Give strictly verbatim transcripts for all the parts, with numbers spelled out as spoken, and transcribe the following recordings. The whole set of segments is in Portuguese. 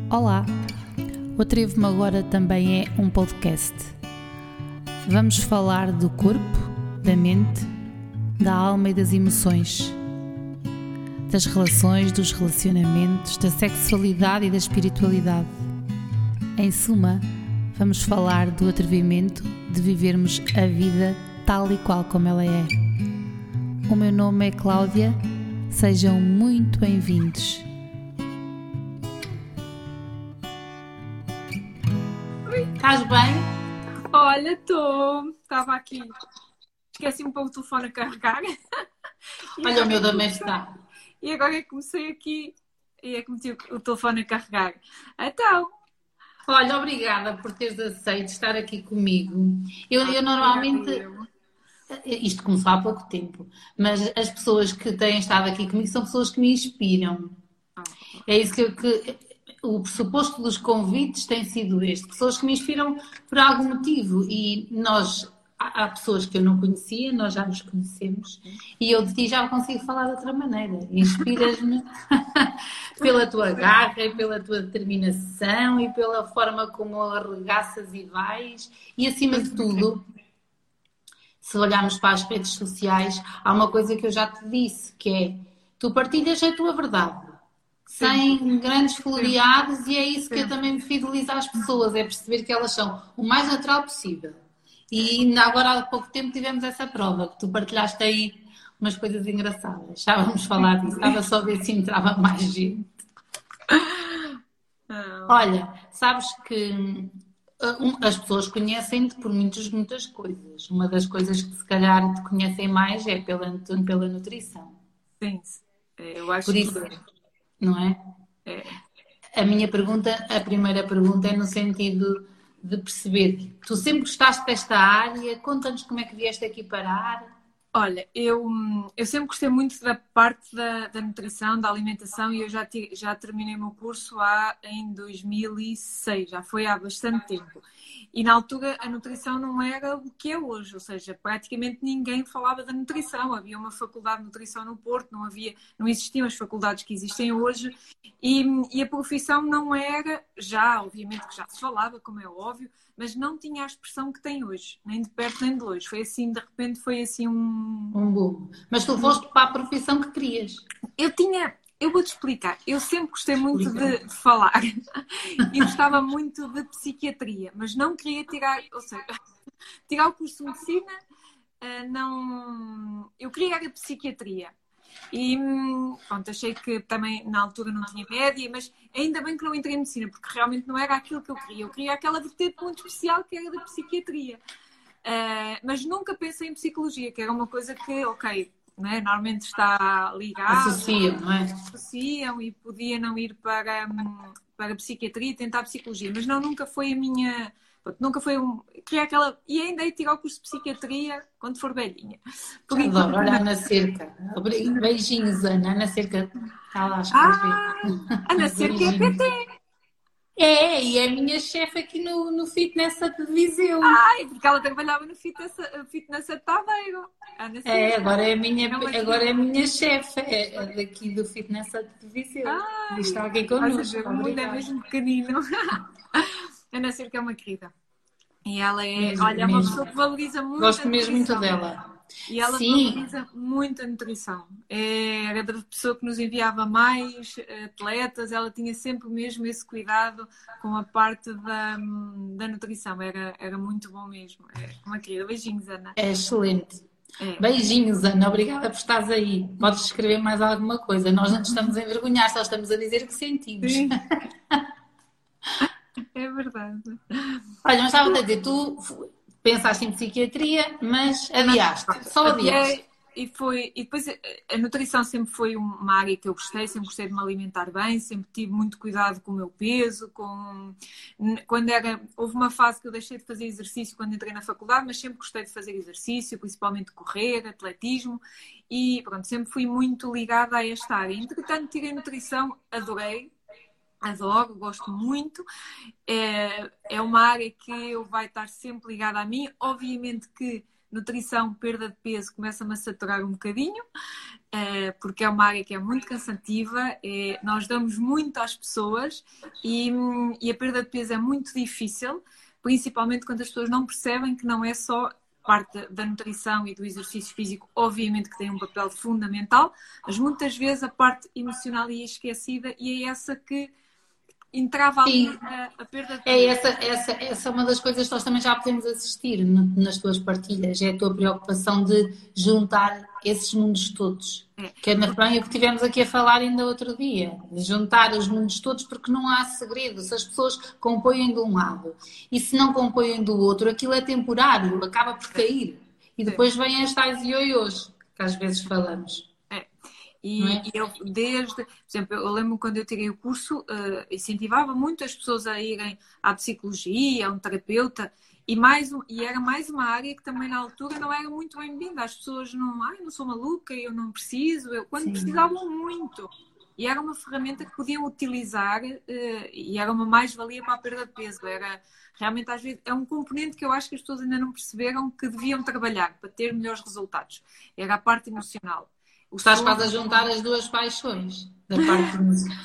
Olá, o Atrevo-me Agora também é um podcast. Vamos falar do corpo, da mente, da alma e das emoções, das relações, dos relacionamentos, da sexualidade e da espiritualidade. Em suma, vamos falar do atrevimento de vivermos a vida tal e qual como ela é. O meu nome é Cláudia, sejam muito bem-vindos. Estás bem? Olha, estou. Estava aqui. Esqueci um pouco o telefone a carregar. Olha, o meu também está. E agora é que comecei aqui e é que meti o telefone a carregar. Então. Olha, obrigada por teres aceito estar aqui comigo. Eu, eu normalmente. Isto começou há pouco tempo, mas as pessoas que têm estado aqui comigo são pessoas que me inspiram. É isso que eu. Que, o pressuposto dos convites tem sido este. Pessoas que me inspiram por algum motivo. E nós, há, há pessoas que eu não conhecia, nós já nos conhecemos, e eu de ti já consigo falar de outra maneira. Inspiras-me pela tua garra e pela tua determinação e pela forma como arregaças e vais. E acima de tudo, se olharmos para as redes sociais, há uma coisa que eu já te disse, que é, tu partilhas a tua verdade. Sem Sim. grandes floreados, Sim. e é isso que Sim. eu também me fidelizo às pessoas, é perceber que elas são o mais natural possível. E ainda agora há pouco tempo tivemos essa prova, que tu partilhaste aí umas coisas engraçadas. Já vamos falar disso, estava só a ver se entrava mais gente. Olha, sabes que as pessoas conhecem-te por muitas, muitas coisas. Uma das coisas que se calhar te conhecem mais é pela, pela nutrição. Sim, eu acho por isso, que... Não é? É. A minha pergunta, a primeira pergunta é no sentido de perceber, tu sempre gostaste desta área, conta-nos como é que vieste aqui parar. Olha, eu, eu sempre gostei muito da parte da, da nutrição, da alimentação, e eu já, te, já terminei o meu curso há, em dois mil e seis, já foi há bastante tempo. E na altura a nutrição não era o que é hoje, ou seja, praticamente ninguém falava da nutrição. Havia uma faculdade de nutrição no Porto, não, havia, não existiam as faculdades que existem hoje, e, e a profissão não era, já, obviamente que já se falava, como é óbvio, mas não tinha a expressão que tem hoje, nem de perto nem de longe. Foi assim, de repente, foi assim um... Um boom. Mas tu foste para a profissão que querias. Eu tinha... Eu vou-te explicar. Eu sempre gostei muito de, de falar e gostava muito de psiquiatria, mas não queria tirar, ou seja, tirar o curso de medicina, não... Eu queria era psiquiatria. E, pronto, achei que também na altura não tinha média, mas ainda bem que não entrei em medicina, porque realmente não era aquilo que eu queria. Eu queria aquela vertente muito especial que era da psiquiatria. Uh, mas nunca pensei em psicologia, que era uma coisa que, ok, né, normalmente está ligada. Associam, não é? Associam e podia não ir para, para a psiquiatria e tentar psicologia, mas não, nunca foi a minha... Nunca foi um... Queria aquela... E ainda ia tirar o curso de psiquiatria quando for velhinha. Por Adoro, olha a Ana Cerca. Beijinhos, Ana. Ana Cerca está lá a escrever. Ah, Ana Cerca é P T. É, e é a minha chefe aqui no, no Fitness de Viseu. Ai, porque ela trabalhava no Fitness, fitness de Taveiro. Ana Cerca. É, agora é a minha, agora é a minha chefe, é, é daqui do Fitness de Viseu. Ai, está aqui connosco. O mundo é mesmo pequenino. Ana Cerca é uma querida. E ela é, mesmo, olha, é uma mesmo. pessoa que valoriza muito Gosto a mesmo nutrição. muito dela. E ela Sim. valoriza muito a nutrição. Era a pessoa que nos enviava mais atletas, ela tinha sempre mesmo esse cuidado com a parte da, da nutrição. Era, era muito bom mesmo. É uma querida. Beijinhos, Ana. É excelente. É. Beijinhos, Ana. Obrigada por estares aí. Podes escrever mais alguma coisa. Nós não estamos a envergonhar, só estamos a dizer o que sentimos. Sim. É verdade. Olha, mas estava a dizer, tu pensaste em psiquiatria, mas adiaste. Mas, só adiaste. E, foi, e depois a nutrição sempre foi uma área que eu gostei, sempre gostei de me alimentar bem, sempre tive muito cuidado com o meu peso, com... Quando era... Houve uma fase que eu deixei de fazer exercício quando entrei na faculdade, mas sempre gostei de fazer exercício, principalmente correr, atletismo, e pronto, sempre fui muito ligada a esta área. Entretanto, tirei nutrição, adorei, adoro, gosto muito, é, é uma área que eu vai estar sempre ligada a mim, obviamente que nutrição, perda de peso, começa-me a saturar um bocadinho, porque é uma área que é muito cansativa, é, nós damos muito às pessoas e, e a perda de peso é muito difícil, principalmente quando as pessoas não percebem que não é só parte da nutrição e do exercício físico, obviamente que tem um papel fundamental, mas muitas vezes a parte emocional é esquecida e é essa que entrava ali a, a perda de peso. É essa, essa, essa é uma das coisas que nós também já podemos assistir nas tuas partilhas, é a tua preocupação de juntar esses mundos todos. É. Que é na bem o que tivemos aqui a falar ainda outro dia, de juntar os mundos todos, porque não há segredo. Se as pessoas compõem de um lado e se não compõem do outro, aquilo é temporário, acaba por cair. E depois vêm as tais ioiôs, que às vezes falamos. E, é? e eu, desde, por exemplo, eu lembro quando eu tirei o curso, uh, incentivava muito as pessoas a irem à psicologia, a um terapeuta, e, mais um, e era mais uma área que também na altura não era muito bem-vinda. As pessoas não, ai, não sou maluca, eu não preciso, eu, quando Sim. precisavam muito. E era uma ferramenta que podiam utilizar uh, e era uma mais-valia para a perda de peso. Era realmente, às vezes, é um componente que eu acho que as pessoas ainda não perceberam que deviam trabalhar para ter melhores resultados. Era a parte emocional. O Estás quase a juntar as duas paixões da parte musical.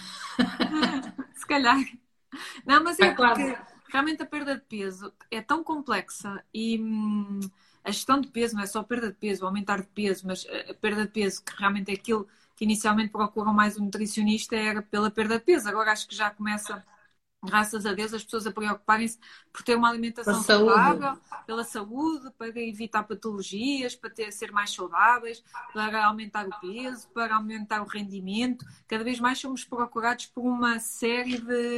Se calhar. Não, mas é, é porque quase. Realmente a perda de peso é tão complexa e hum, a gestão de peso não é só perda de peso, aumentar de peso, mas a perda de peso, que realmente é aquilo que inicialmente procuram mais um nutricionista, era pela perda de peso. Agora acho que já começa, graças a Deus, as pessoas a preocuparem-se por ter uma alimentação saudável, pela saúde, para evitar patologias, para ter, ser mais saudáveis, para aumentar o peso, para aumentar o rendimento. Cada vez mais somos procurados por uma série de,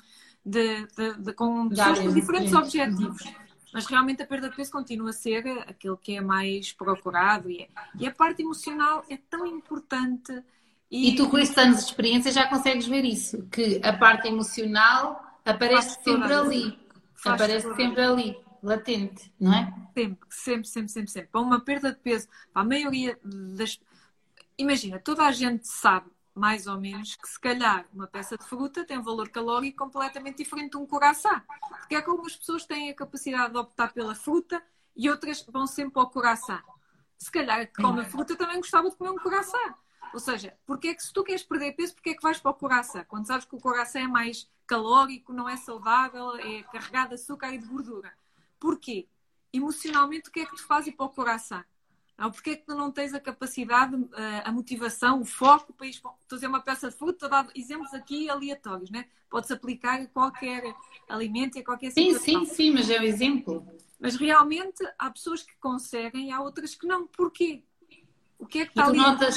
de, de, de com pessoas com diferentes objetivos. Mas realmente a perda de peso continua a ser aquilo que é mais procurado. E, é. e a parte emocional é tão importante. E, e tu com estes anos de experiência já consegues ver isso, que a parte emocional aparece sempre ali, Faz aparece sempre ali, latente, não é? Sempre, sempre, sempre, sempre, sempre. Para uma perda de peso, para a maioria das... Imagina, toda a gente sabe, mais ou menos, que se calhar uma peça de fruta tem um valor calórico completamente diferente de um coração. Porque é que algumas pessoas têm a capacidade de optar pela fruta e outras vão sempre ao coração. Se calhar que come a fruta também gostava de comer um coração. Ou seja, porque é que se tu queres perder peso, porque é que vais para o coração? Quando sabes que o coração é mais calórico, não é saudável, é carregado de açúcar e de gordura. Porquê? Emocionalmente, o que é que te faz ir para o coração? Não, porque é que tu não tens a capacidade, a motivação, o foco para ir... Estou a dizer uma peça de fruta, estou a dar exemplos aqui aleatórios, né? Pode-se aplicar a qualquer alimento e a qualquer situação. Sim, sim, sim, mas é um exemplo. Mas realmente há pessoas que conseguem e há outras que não. Porquê? O que é que está tu ali? Notas...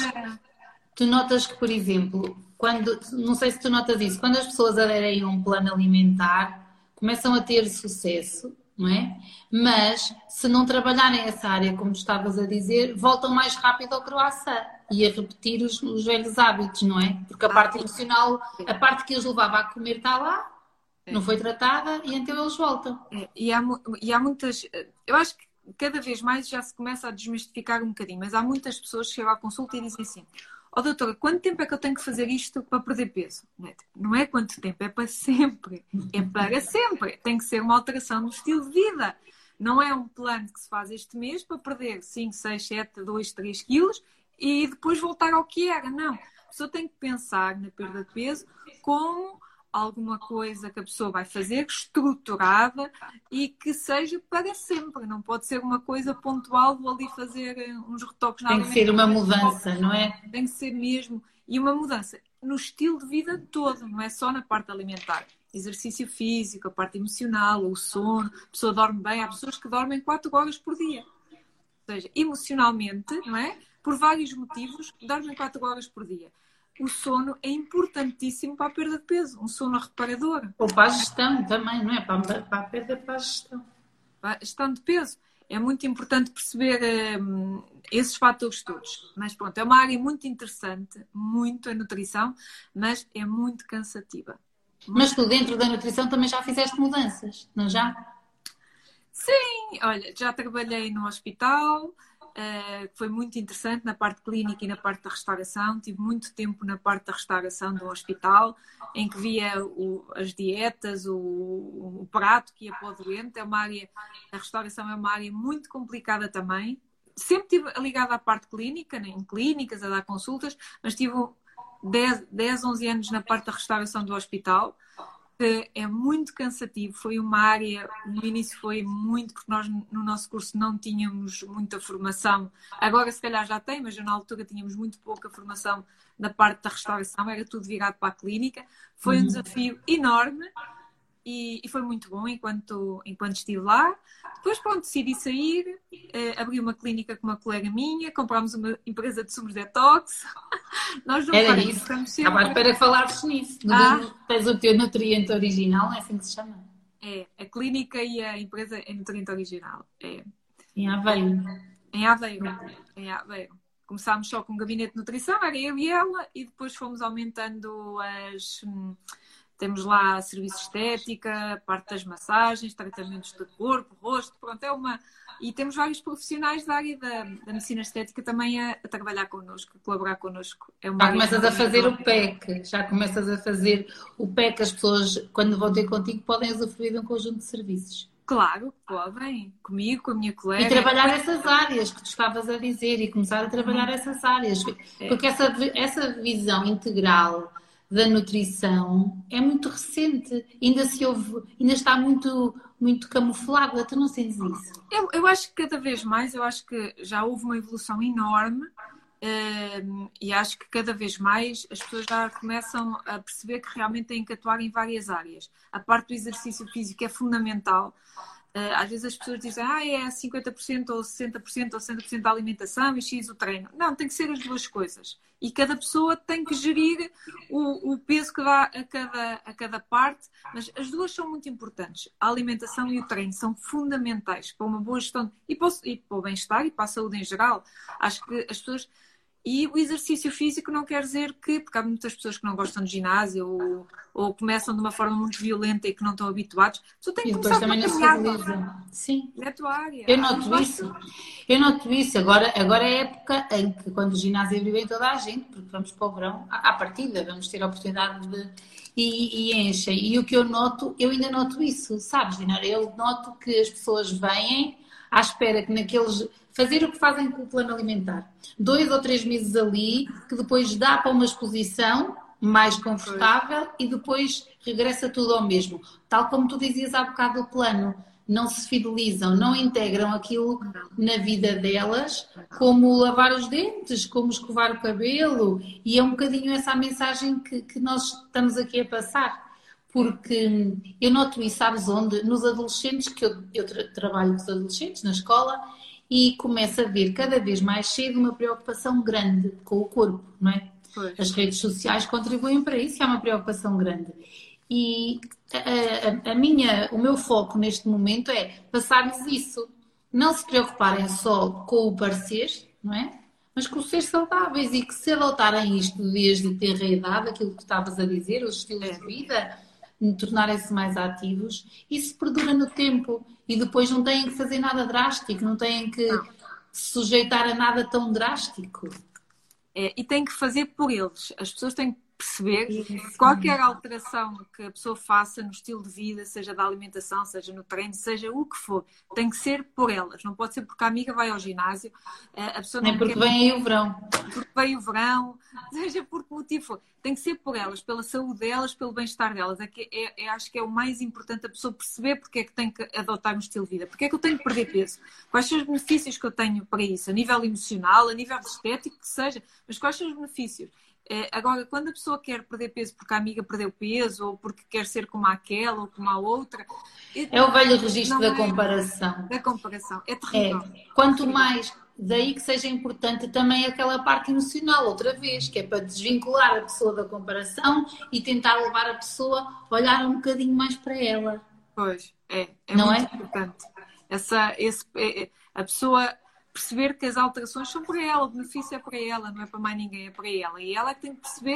Tu notas que, por exemplo, quando, não sei se tu notas isso, quando as pessoas aderem a um plano alimentar, começam a ter sucesso, não é? Mas, se não trabalharem essa área, como estavas a dizer, voltam mais rápido ao croissant e a repetir os, os velhos hábitos, não é? Porque a parte emocional, a parte que os levava a comer está lá, não foi tratada e então eles voltam. E há, e há muitas... Eu acho que cada vez mais já se começa a desmistificar um bocadinho, mas há muitas pessoas que chegam à consulta e dizem assim: ó doutora, quanto tempo é que eu tenho que fazer isto para perder peso? Não é quanto tempo, é para sempre. É para sempre. Tem que ser uma alteração no estilo de vida. Não é um plano que se faz este mês para perder cinco, seis, sete, dois, três quilos e depois voltar ao que era. Não. A pessoa tem que pensar na perda de peso como alguma coisa que a pessoa vai fazer estruturada e que seja para sempre. Não pode ser uma coisa pontual, vou ali fazer uns retoques na alimentação. Tem que ser uma mudança, não é? Tem que ser mesmo. E uma mudança no estilo de vida todo, não é só na parte alimentar. Exercício físico, a parte emocional, o sono, a pessoa dorme bem. Há pessoas que dormem quatro horas por dia. Ou seja, emocionalmente, não é? Por vários motivos, dormem quatro horas por dia. O sono é importantíssimo para a perda de peso. Um sono reparador. Ou para a gestão também, não é? Para a perda, para a gestão. Para a gestão de peso. É muito importante perceber um, esses fatores todos. Mas pronto, é uma área muito interessante, muito a nutrição, mas é muito cansativa. Muito mas tu dentro da nutrição também já fizeste mudanças, não já? Sim, olha, já trabalhei no hospital, Uh, foi muito interessante na parte clínica e na parte da restauração. Tive muito tempo na parte da restauração do hospital, em que via o, as dietas, o, o prato que ia para o doente. É uma área, a restauração é uma área muito complicada também. Sempre estive ligada à parte clínica, né, em clínicas, a dar consultas, mas tive dez, onze anos na parte da restauração do hospital, que é muito cansativo. Foi uma área, no início foi muito, porque nós no nosso curso não tínhamos muita formação. Agora se calhar já tem, mas na altura tínhamos muito pouca formação na parte da restauração, era tudo virado para a clínica. Foi um desafio enorme e, e foi muito bom enquanto, enquanto estive lá. Depois, pronto, decidi sair, eh, abri uma clínica com uma colega minha, comprámos uma empresa de sumos detox. Nós não Era paramos, isso. estamos sempre... Estava à espera que falasses nisso. Ah. Tens o teu nutriente original, não é assim que se chama? É, a clínica e a empresa é nutriente original. É. Em Aveiro. Em Aveiro. Em Aveiro. Começámos só com um gabinete de nutrição, era eu e ela, e depois fomos aumentando as... Temos lá serviço de estética, parte das massagens, tratamentos de corpo, rosto, pronto, é uma... E temos vários profissionais da área da, da medicina estética também a, a trabalhar connosco, a colaborar connosco. É uma já começas a fazer o P E C, já começas a fazer o P E C, as pessoas, quando vão ter contigo, podem usufruir de um conjunto de serviços. Claro, podem, comigo, com a minha colega. E trabalhar essas áreas que tu estavas a dizer, e começar a trabalhar hum. essas áreas. Porque é. essa, essa visão integral da nutrição é muito recente, ainda se ouve, ainda está muito, muito camuflada, tu não sentes isso? Eu, eu acho que cada vez mais, eu acho que já houve uma evolução enorme um, e acho que cada vez mais as pessoas já começam a perceber que realmente têm que atuar em várias áreas. A parte do exercício físico é fundamental. Uh, às vezes as pessoas dizem, ah, é cinquenta por cento ou sessenta por cento ou sessenta por cento da alimentação e X o treino. Não, tem que ser as duas coisas. E cada pessoa tem que gerir o, o peso que dá a cada, a cada parte, mas as duas são muito importantes. A alimentação e o treino são fundamentais para uma boa gestão e para o, e para o bem-estar e para a saúde em geral. Acho que as pessoas... E o exercício físico não quer dizer que, porque há muitas pessoas que não gostam de ginásio ou, ou começam de uma forma muito violenta e que não estão habituados. Só tem que começar também não se realiza. Sim. É a tua área. Eu noto isso. Eu noto isso. Agora, agora é a época em que, quando o ginásio abrir, vem toda a gente, porque vamos para o verão, à partida, vamos ter a oportunidade de... E, e enche. E o que eu noto, eu ainda noto isso, sabes, Dinara? Eu noto que as pessoas vêm à espera que naqueles... Fazer o que fazem com o plano alimentar. Dois ou três meses ali, que depois dá para uma exposição mais confortável e depois regressa tudo ao mesmo. Tal como tu dizias há bocado do plano. Não se fidelizam, não integram aquilo na vida delas, como lavar os dentes, como escovar o cabelo. E é um bocadinho essa a mensagem que, que nós estamos aqui a passar. Porque eu noto isso, sabes onde? Nos adolescentes, que eu, eu tra- trabalho com os adolescentes na escola, e começo a ver cada vez mais cedo uma preocupação grande com o corpo, não é? Pois. As redes sociais contribuem para isso, é uma preocupação grande. E a, a, a minha, o meu foco neste momento é passar-lhes isso. Não se preocuparem só com o parecer, não é? Mas com o ser saudáveis e que se adotarem isto desde ter a idade, aquilo que tu estavas a dizer, os estilos de vida, tornarem-se mais ativos, isso perdura no tempo e depois não têm que fazer nada drástico, não têm que não. se sujeitar a nada tão drástico. É, e têm que fazer por eles. As pessoas têm que perceber que qualquer alteração que a pessoa faça no estilo de vida, seja da alimentação, seja no treino, seja o que for, tem que ser por elas. Não pode ser porque a amiga vai ao ginásio, a pessoa não Nem porque quer... vem aí o verão. Porque vem o verão, seja por que motivo for. Tem que ser por elas, pela saúde delas, pelo bem-estar delas. É que é, é, acho que é o mais importante a pessoa perceber porque é que tem que adotar um estilo de vida. Porque é que eu tenho que perder peso? Quais são os benefícios que eu tenho para isso? A nível emocional, a nível estético, que seja. Mas quais são os benefícios? É, agora, quando a pessoa quer perder peso porque a amiga perdeu peso ou porque quer ser como aquela ou como a outra... É o velho registro da é, comparação. Da comparação. É terrível. É. Quanto mais... Daí que seja importante também aquela parte emocional, outra vez, que é para desvincular a pessoa da comparação e tentar levar a pessoa a olhar um bocadinho mais para ela. Pois, é. É não muito é? importante. Essa, esse, é, a pessoa perceber que as alterações são para ela, o benefício é para ela, não é para mais ninguém, é para ela. E ela é que tem que perceber o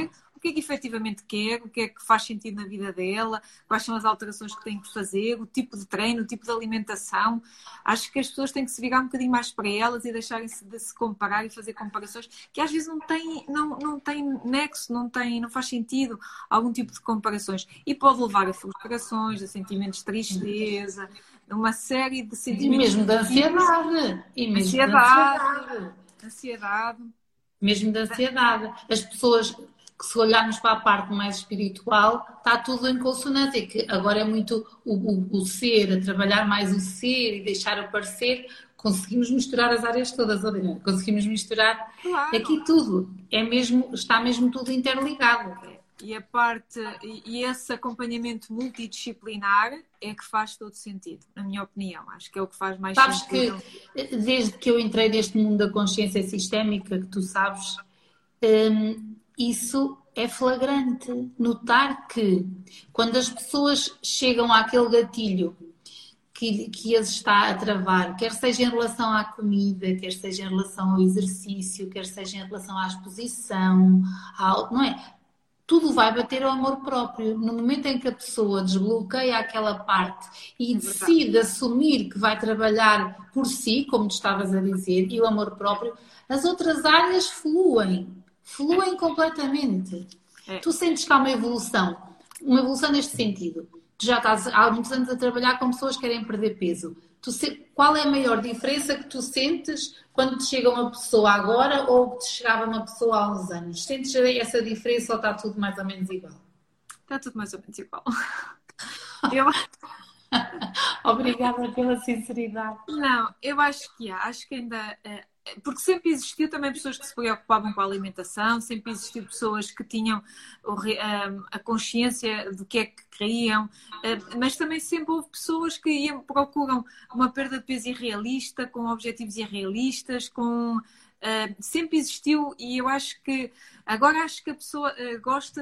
que é que efetivamente quer, o que é que faz sentido na vida dela, quais são as alterações que tem que fazer, o tipo de treino, o tipo de alimentação. Acho que as pessoas têm que se virar um bocadinho mais para elas e deixarem-se de se comparar e fazer comparações que às vezes não têm, não, não têm nexo, não, tem, não faz sentido algum tipo de comparações. E pode levar a frustrações, a sentimentos de tristeza, uma série de sentimentos... E mesmo da ansiedade. E mesmo ansiedade. da ansiedade. Ansiedade. Mesmo da ansiedade. As pessoas, que se olharmos para a parte mais espiritual, está tudo em consonância, que agora é muito o, o, o ser, a trabalhar mais o ser e deixar aparecer, conseguimos misturar as áreas todas, Adriana, conseguimos misturar Claro. aqui tudo. É mesmo, está mesmo tudo interligado. E a parte, e esse acompanhamento multidisciplinar é que faz todo sentido, na minha opinião. Acho que é o que faz mais Sabes sentido. que desde que eu entrei neste mundo da consciência sistémica, que tu sabes, hum, isso é flagrante. Notar que quando as pessoas chegam àquele gatilho que, que as está a travar, quer seja em relação à comida, quer seja em relação ao exercício, quer seja em relação à exposição, ao, não é? Tudo vai bater ao amor próprio. No momento em que a pessoa desbloqueia aquela parte e decide assumir que vai trabalhar por si, como tu estavas a dizer, e o amor próprio, as outras áreas fluem. Fluem completamente. É. Tu sentes que há uma evolução. Uma evolução neste sentido. Tu já estás há muitos anos a trabalhar com pessoas que querem perder peso. Tu se... Qual é a maior diferença que tu sentes quando te chega uma pessoa agora ou que te chegava uma pessoa há uns anos? Sentes essa diferença ou está tudo mais ou menos igual? Está tudo mais ou menos igual. Eu... Obrigada pela sinceridade. Não, eu acho que há. Acho que ainda... Porque sempre existiu também pessoas que se preocupavam com a alimentação, sempre existiu pessoas que tinham a consciência do que é que queriam, mas também sempre houve pessoas que iam, procuram uma perda de peso irrealista, com objetivos irrealistas, com... sempre existiu, e eu acho que agora acho que a pessoa gosta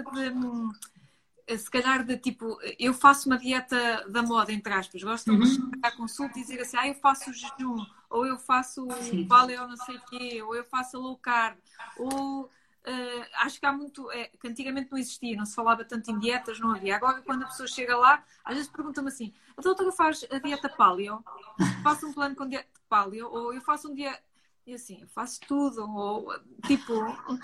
de... se calhar de tipo, eu faço uma dieta da moda, entre aspas, gosto de chegar à consulta e dizer assim, ah, eu faço jejum, ou eu faço paleo não sei o quê, ou eu faço low carb, ou uh, acho que há muito, é, que antigamente não existia, não se falava tanto em dietas, não havia. Agora quando a pessoa chega lá, às vezes pergunta-me assim, a doutora faz a dieta paleo? Faço um plano com dieta paleo, ou eu faço um dia, e assim, eu faço tudo, ou tipo...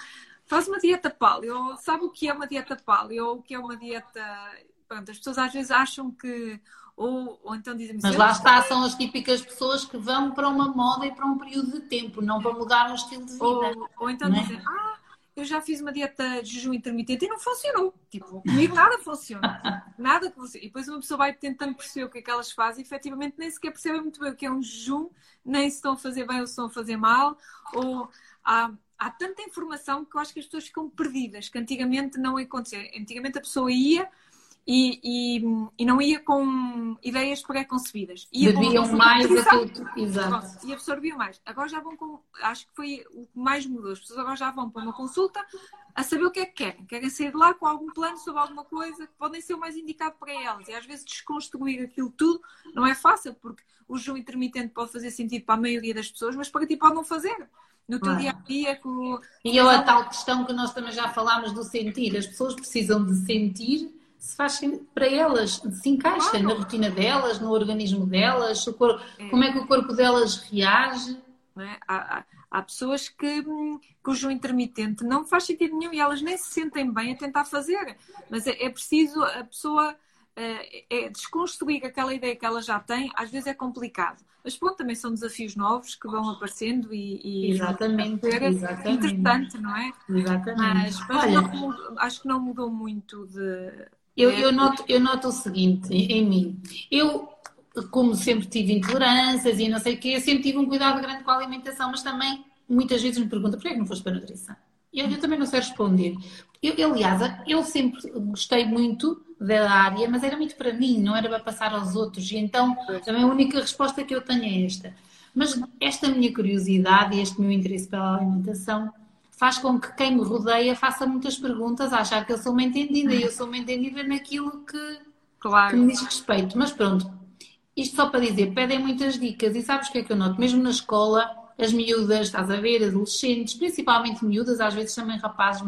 Faz uma dieta paleo, sabe o que é uma dieta paleo, ou o que é uma dieta... Pronto, as pessoas às vezes acham que... Ou, ou então dizem-me... Mas lá está, são as típicas pessoas que vão para uma moda e para um período de tempo, não para mudar um estilo de vida. Ou, ou então é? dizem, ah, eu já fiz uma dieta de jejum intermitente e não funcionou. Tipo, comigo nada funciona. Nada que funciona. E depois uma pessoa vai tentando perceber o que é que elas fazem e efetivamente nem sequer percebem muito bem o que é um jejum, nem se estão a fazer bem ou se estão a fazer mal, ou... Há, há tanta informação que eu acho que as pessoas ficam perdidas, que antigamente não acontecia. Antigamente a pessoa ia e, e, e não ia com ideias pré-concebidas. Bebiam mais aquilo. Exato. E absorviam mais. Agora já vão com... Acho que foi o que mais mudou. As pessoas agora já vão para uma consulta a saber o que é que querem. Querem sair de lá com algum plano sobre alguma coisa que podem ser o mais indicado para elas. E às vezes desconstruir aquilo tudo não é fácil, porque o jejum intermitente pode fazer sentido para a maioria das pessoas, mas para ti pode não fazer. No teu dia a dia. Com... E eu, a tal questão que nós também já falámos do sentir, as pessoas precisam de sentir se faz para elas, se encaixa claro. Na rotina delas, no organismo delas, o corpo, é. Como é que o corpo delas reage. Não é? há, há, há pessoas que, cujo intermitente não faz sentido nenhum e elas nem se sentem bem a tentar fazer, mas é, é preciso a pessoa é, é desconstruir aquela ideia que ela já tem, às vezes é complicado. Mas pronto, também são desafios novos que vão aparecendo e, e exatamente, exatamente. Interessante, não é? Exatamente. Mas, mas Olha, não, acho que não mudou muito de... Eu, eu, noto, eu noto o seguinte em, em mim. Eu, como sempre tive intolerâncias e não sei o quê, sempre tive um cuidado grande com a alimentação, mas também muitas vezes me perguntam porquê é que não foste para a nutrição? E eu, eu também não sei responder. Eu, aliás, eu sempre gostei muito da área, mas era muito para mim, não era para passar aos outros. E então, também a única resposta que eu tenho é esta. Mas esta minha curiosidade e este meu interesse pela alimentação faz com que quem me rodeia faça muitas perguntas, a achar que eu sou uma entendida. E eu sou uma entendida naquilo que, claro. que me diz respeito. Mas pronto, isto só para dizer, pedem muitas dicas. E sabes o que é que eu noto? Mesmo na escola, as miúdas, estás a ver, adolescentes, principalmente miúdas, às vezes também rapazes, mas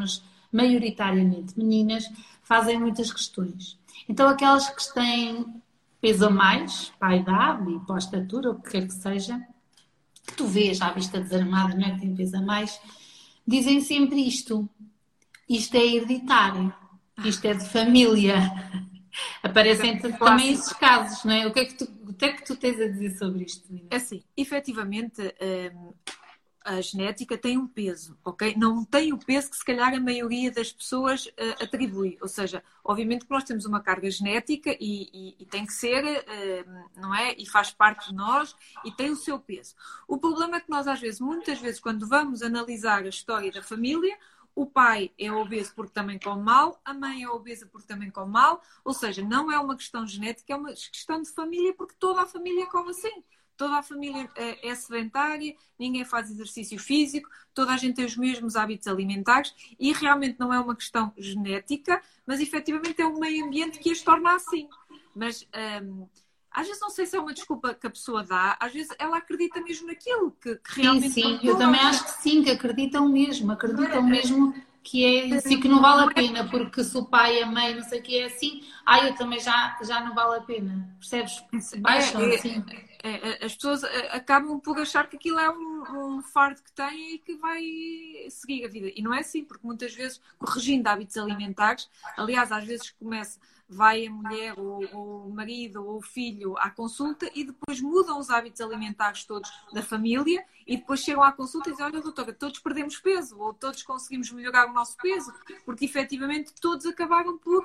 maioritariamente meninas, fazem muitas questões. Então aquelas que têm peso a mais, para a idade e para a estatura, ou o que quer que seja, que tu vês à vista desarmada, não é, que tem peso a mais, dizem sempre isto. Isto é hereditário. Isto é de família. Aparecem também esses casos, não é? O que é que tu, o que é que tu tens a dizer sobre isto, Nina? É assim, efetivamente, hum, a genética tem um peso, ok? Não tem o peso que se calhar a maioria das pessoas uh, atribui. Ou seja, obviamente que nós temos uma carga genética e, e, e tem que ser, uh, não é? E faz parte de nós e tem o seu peso. O problema é que nós às vezes, muitas vezes, quando vamos analisar a história da família, o pai é obeso porque também come mal, a mãe é obesa porque também come mal, ou seja, não é uma questão genética, é uma questão de família porque toda a família come assim. Toda a família é sedentária, ninguém faz exercício físico, toda a gente tem os mesmos hábitos alimentares e realmente não é uma questão genética, mas efetivamente é o meio ambiente que as torna assim. Mas hum, às vezes não sei se é uma desculpa que a pessoa dá, às vezes ela acredita mesmo naquilo, que, que realmente... Sim, sim, eu também acho que sim, que acreditam mesmo, acreditam mesmo que é assim, que não vale a pena, porque se o pai e a mãe não sei o que é assim, ah, eu também já, já não vale a pena, percebes? Baixam é, assim. É, as pessoas acabam por achar que aquilo é um, um fardo que têm e que vai seguir a vida. E não é assim, porque muitas vezes, corrigindo hábitos alimentares, aliás, às vezes começa, vai a mulher ou, ou o marido ou o filho à consulta e depois mudam os hábitos alimentares todos da família e depois chegam à consulta e dizem, olha doutora, todos perdemos peso ou todos conseguimos melhorar o nosso peso, porque efetivamente todos acabaram por...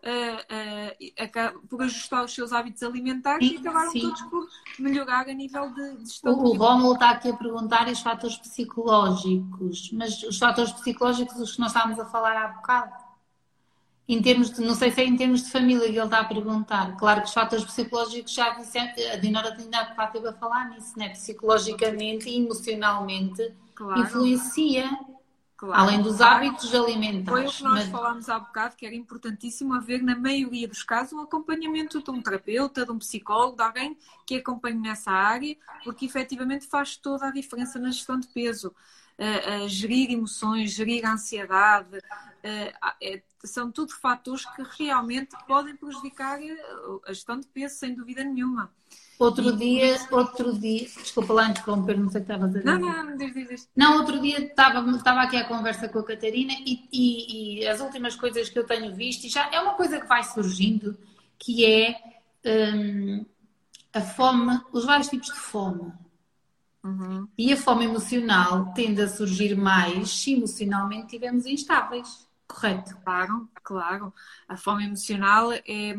Uh, uh, por ajustar os seus hábitos alimentares sim, e acabaram sim. todos por melhorar a nível de, de gestão. O, o Rómulo está aqui a perguntar os fatores psicológicos, mas os fatores psicológicos, os que nós estávamos a falar há bocado, em termos de, não sei se é em termos de família que ele está a perguntar. Claro que os fatores psicológicos já dissemos, a Dinora ainda esteve a falar nisso, né? Psicologicamente e emocionalmente claro. Influencia. Claro, além dos hábitos alimentares. Foi o que nós mas... falámos há bocado, que era importantíssimo haver, na maioria dos casos, um acompanhamento de um terapeuta, de um psicólogo, de alguém que acompanhe nessa área, porque efetivamente faz toda a diferença na gestão de peso. Uh, uh, gerir emoções, gerir a ansiedade, uh, uh, são tudo fatores que realmente podem prejudicar a gestão de peso, sem dúvida nenhuma. Outro dia, outro dia, desculpa lá interromper, não sei o que estavas a dizer. Não, não, não, diz, diz, diz. Não, outro dia estava, estava aqui à conversa com a Catarina e, e, e as últimas coisas que eu tenho visto, e já é uma coisa que vai surgindo, que é hum, a fome, os vários tipos de fome. Uhum. E a fome emocional tende a surgir mais se emocionalmente estivermos instáveis, correto? Claro, claro. A fome emocional é...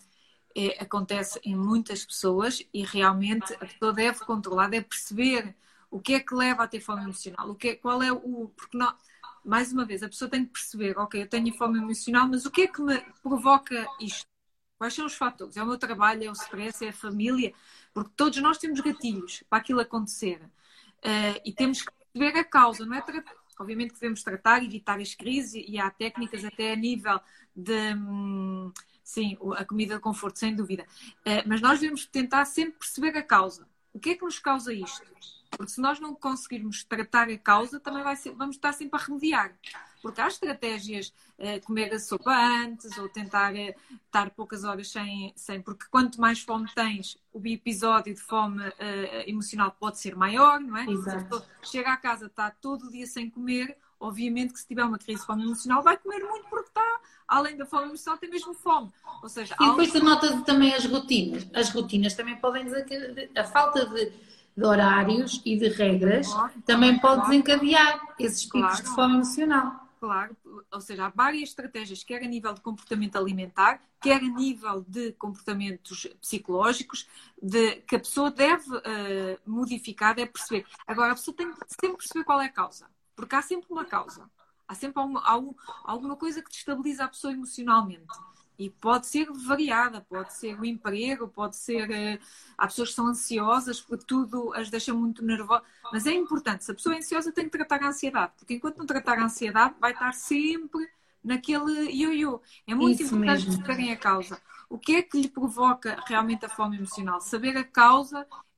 É, acontece em muitas pessoas e realmente a pessoa deve controlar, deve perceber o que é que leva a ter fome emocional, o que é, qual é o... Porque não, mais uma vez, a pessoa tem que perceber, ok, eu tenho fome emocional, mas o que é que me provoca isto? Quais são os fatores? É o meu trabalho, é o stress, é a família? Porque todos nós temos gatilhos para aquilo acontecer. Uh, e temos que perceber a causa, não é? Obviamente que devemos tratar, evitar as crises e há técnicas até a nível de... Hum, sim, a comida de conforto, sem dúvida. Uh, mas nós devemos tentar sempre perceber a causa. O que é que nos causa isto? Porque se nós não conseguirmos tratar a causa, também vai ser, vamos estar sempre a remediar. Porque há estratégias, uh, comer a sopa antes, ou tentar uh, estar poucas horas sem, sem... Porque quanto mais fome tens, o episódio de fome uh, emocional pode ser maior, não é? Exato. Chega à casa, está todo o dia sem comer, obviamente que se tiver uma crise de fome emocional, vai comer muito porque está... Além da fome emocional, tem mesmo fome. Ou seja, e depois tu notas também as rotinas. As rotinas também podem dizer que a falta de, de horários e de regras claro, também pode claro. desencadear esses picos claro. de fome emocional. Claro, ou seja, há várias estratégias, quer a nível de comportamento alimentar, quer a nível de comportamentos psicológicos, de, que a pessoa deve uh, modificar, deve perceber. Agora, a pessoa tem que sempre perceber qual é a causa, porque há sempre uma causa. Há sempre alguma, alguma coisa que destabiliza a pessoa emocionalmente. E pode ser variada, pode ser o emprego, pode ser... Uh, há pessoas que são ansiosas porque tudo as deixa muito nervosas. Mas é importante, se a pessoa é ansiosa tem que tratar a ansiedade. Porque enquanto não tratar a ansiedade, vai estar sempre naquele ioiô. É muito Isso importante mesmo. saberem a causa. O que é que lhe provoca realmente a fome emocional? Saber a causa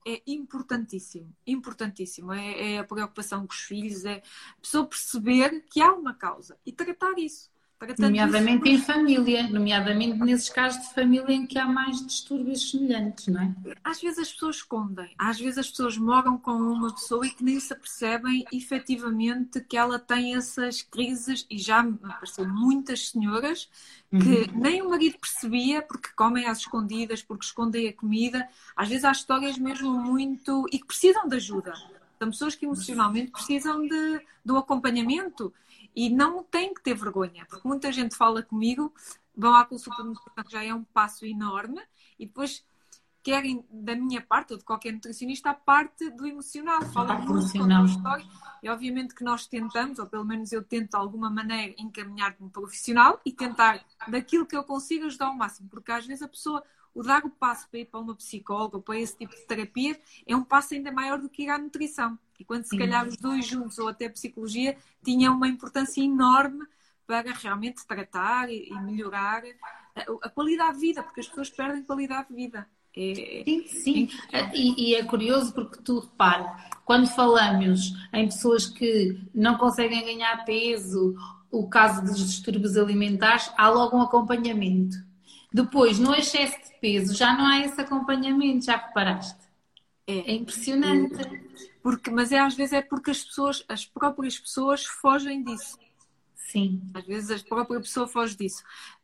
é importantíssimo, importantíssimo. É, é a preocupação com os filhos, é a pessoa perceber que há uma causa e tratar isso. Nomeadamente em família, nomeadamente nesses casos de família em que há mais distúrbios semelhantes, não é? Às vezes as pessoas escondem, às vezes as pessoas moram com uma pessoa e que nem se apercebem efetivamente que ela tem essas crises, e já me apareceram muitas senhoras que uhum. nem o marido percebia porque comem às escondidas, porque escondem a comida. Às vezes há histórias mesmo muito... e que precisam de ajuda. São pessoas que emocionalmente precisam de, do acompanhamento. E não têm que ter vergonha, porque muita gente fala comigo, vão à consulta, já é um passo enorme, e depois querem, da minha parte, ou de qualquer nutricionista, a parte do emocional. Fala muito com a história, e obviamente que nós tentamos, ou pelo menos eu tento de alguma maneira encaminhar-me profissional e tentar, daquilo que eu consigo, ajudar ao máximo, porque às vezes a pessoa, o dar o passo para ir para uma psicóloga ou para esse tipo de terapia, é um passo ainda maior do que ir à nutrição. E quando se calhar os dois juntos, ou até a psicologia, tinham uma importância enorme para realmente tratar e melhorar a, a qualidade de vida, porque as pessoas perdem qualidade de vida. É, sim, sim. É e, e é curioso porque tu repara, quando falamos em pessoas que não conseguem ganhar peso, o caso dos distúrbios alimentares, há logo um acompanhamento. Depois, no excesso de peso, já não há esse acompanhamento, já reparaste? É, é impressionante. Porque, mas é, às vezes é porque as pessoas, as próprias pessoas fogem disso. Sim. Às vezes a própria pessoa foge disso.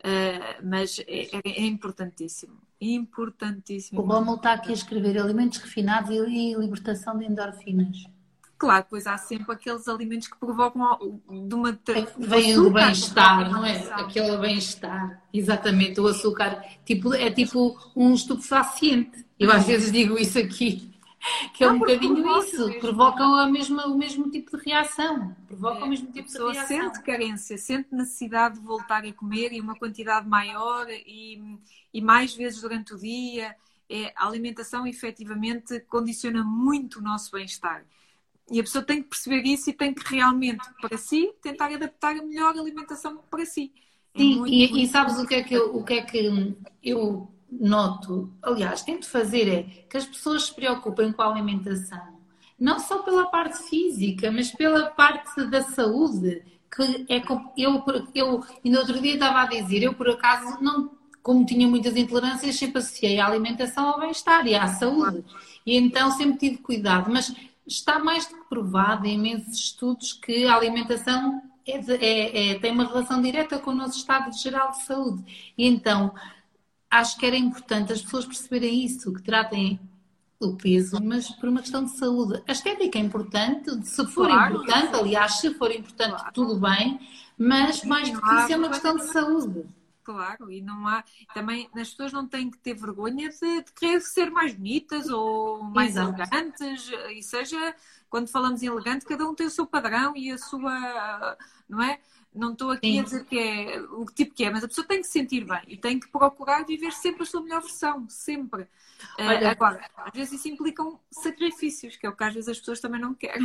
Uh, mas é, é, é importantíssimo. Importantíssimo. O Romulo está aqui a escrever alimentos refinados e libertação de endorfinas. Claro, pois há sempre aqueles alimentos que provocam de uma... Vem do bem-estar, não é? Aquele bem-estar. Exatamente, o açúcar tipo, é tipo um estupefaciente. Eu às vezes digo isso aqui, que é não, um bocadinho isso. Mesmo. Provocam a mesma, o mesmo tipo de reação. Provocam é, o mesmo tipo de reação. A pessoa sente carência, sente necessidade de voltar a comer e uma quantidade maior e, e mais vezes durante o dia. É, a alimentação efetivamente condiciona muito o nosso bem-estar. E a pessoa tem que perceber isso e tem que realmente, para si, tentar adaptar a melhor alimentação para si. É Sim, muito, e, muito... e sabes o que, é que eu, o que é que eu noto? Aliás, tento fazer é que as pessoas se preocupem com a alimentação. Não só pela parte física, mas pela parte da saúde. Que é, eu, eu ainda outro dia estava a dizer, eu por acaso, não, como tinha muitas intolerâncias, sempre associei a alimentação ao bem-estar e à saúde. E então sempre tive cuidado. Mas está mais do que provado em imensos estudos que a alimentação é de, é, é, tem uma relação direta com o nosso estado geral de saúde. E então, acho que era importante as pessoas perceberem isso, que tratem o peso, mas por uma questão de saúde. A estética é importante, se for claro, importante, aliás, se for importante, claro. Tudo bem, mas mais do que isso é uma questão de saúde. Claro, e não há... Também as pessoas não têm que ter vergonha de, de querer ser mais bonitas ou mais Exato. Elegantes, e seja, quando falamos em elegante, cada um tem o seu padrão e a sua... Não é? Não estou aqui Sim. a dizer que é o tipo que é, mas a pessoa tem que se sentir bem e tem que procurar viver sempre a sua melhor versão, sempre. Olha, uh, agora, às vezes isso implica sacrifícios, que é o que às vezes as pessoas também não querem.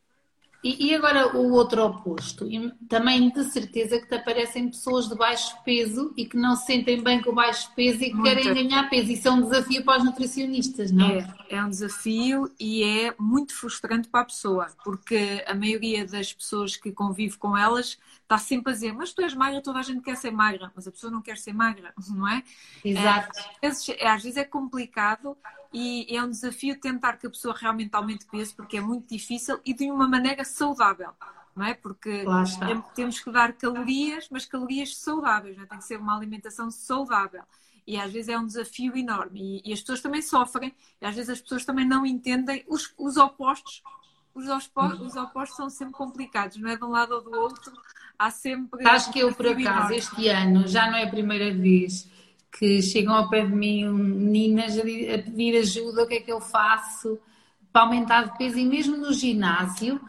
E, e agora o outro oposto, e também de certeza que te aparecem pessoas de baixo peso e que não se sentem bem com o baixo peso e que Muito. Querem ganhar peso. Isso é um desafio para os nutricionistas, não é? É, é um desafio e é muito frustrante para a pessoa, porque a maioria das pessoas que convive com elas está sempre a dizer, mas tu és magra, toda a gente quer ser magra, mas a pessoa não quer ser magra, não é? Exato. É, às, vezes, às vezes é complicado e é um desafio tentar que a pessoa realmente aumente peso, porque é muito difícil e de uma maneira saudável, não é? Porque temos que dar calorias, mas calorias saudáveis, não é? Tem que ser uma alimentação saudável. E às vezes é um desafio enorme. E, e as pessoas também sofrem, e às vezes as pessoas também não entendem os, os opostos. Os opostos, os opostos são sempre complicados, não é? De um lado ou do outro, há sempre... Acho que eu, por acaso, enorme. Este ano, já não é a primeira vez que chegam ao pé de mim meninas a pedir ajuda, o que é que eu faço para aumentar de peso, e mesmo no ginásio,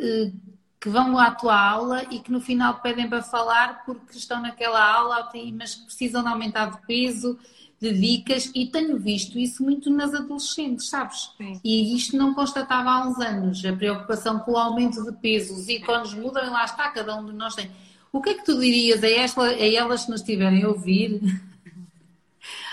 que vão à tua aula e que no final pedem para falar porque estão naquela aula, mas que precisam de aumentar de peso, de dicas, e tenho visto isso muito nas adolescentes, sabes? Sim. E isto não constatava há uns anos, a preocupação com o aumento de peso, os ícones mudam e lá está, cada um de nós tem. O que é que tu dirias a, esta, a elas que nos estiverem a ouvir? Olha,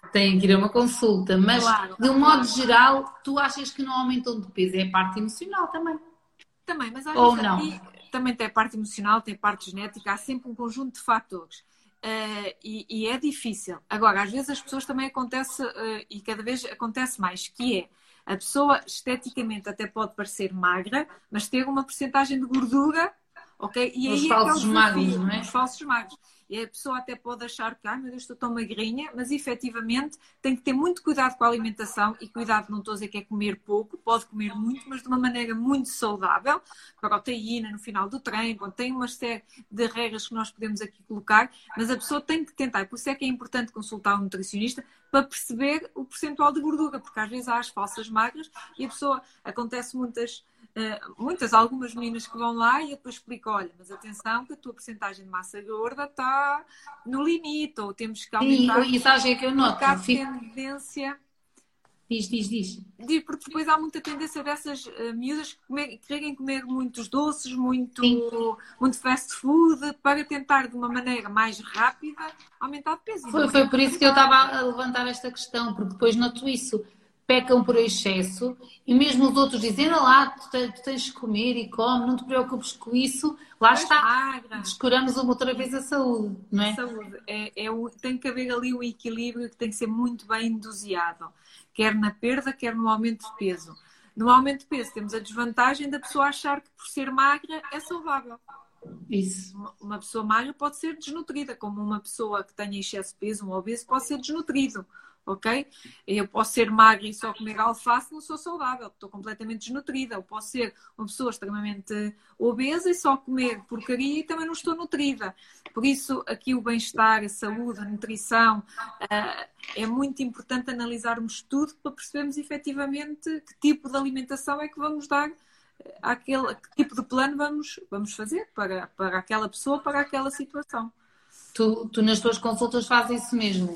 têm que ir a uma consulta, mas Claro, de um modo claro. geral, tu achas que não aumentam de peso? É a parte emocional também. Também, mas às Ou vezes não? aqui também tem a parte emocional, tem a parte genética, há sempre um conjunto de fatores. Uh, e, e é difícil. Agora, às vezes as pessoas também acontece, uh, e cada vez acontece mais, que é a pessoa esteticamente até pode parecer magra, mas ter uma porcentagem de gordura, ok? E Os aí é que é o falsos magros, desafio, não é? os falsos magros. E a pessoa até pode achar que, ai meu Deus, estou tão magrinha, mas efetivamente tem que ter muito cuidado com a alimentação e cuidado, não estou a dizer que é comer pouco, pode comer muito, mas de uma maneira muito saudável, proteína no final do treino, bom, tem uma série de regras que nós podemos aqui colocar, mas a pessoa tem que tentar, por isso é que é importante consultar um nutricionista para perceber o percentual de gordura, porque às vezes há as falsas magras e a pessoa, acontece muitas Uh, muitas, algumas meninas que vão lá e depois explico, olha, mas atenção que a tua porcentagem de massa gorda está no limite, ou temos que aumentar. Sim, e sabes o que é que eu noto? Porque há Fico... tendência... Diz, diz, diz. Diz, porque depois há muita tendência dessas uh, miúdas que comer, querem comer muitos doces, muito, muito fast food, para tentar de uma maneira mais rápida aumentar de peso. Foi, foi por isso que eu estava a levantar esta questão, porque depois noto isso. Pecam por excesso e mesmo os outros dizem, anda lá, tu tens, tu tens de comer e come, não te preocupes com isso, lá Mas está, magra. descuramos uma outra vez a saúde, não é? Saúde. É, é o, tem que haver ali um equilíbrio que tem que ser muito bem dosado, quer na perda, quer no aumento de peso. No aumento de peso temos a desvantagem da pessoa achar que por ser magra é saudável. Isso. Uma, uma pessoa magra pode ser desnutrida, como uma pessoa que tenha excesso de peso, um obeso, pode ser desnutrido. Ok? Eu posso ser magra e só comer alface, não sou saudável, estou completamente desnutrida. Eu posso ser uma pessoa extremamente obesa e só comer porcaria e também não estou nutrida. Por isso, aqui o bem-estar, a saúde, a nutrição, uh, é muito importante analisarmos tudo para percebermos efetivamente que tipo de alimentação é que vamos dar, àquele, que tipo de plano vamos, vamos fazer para, para aquela pessoa, para aquela situação. Tu, tu nas tuas consultas fazes isso mesmo,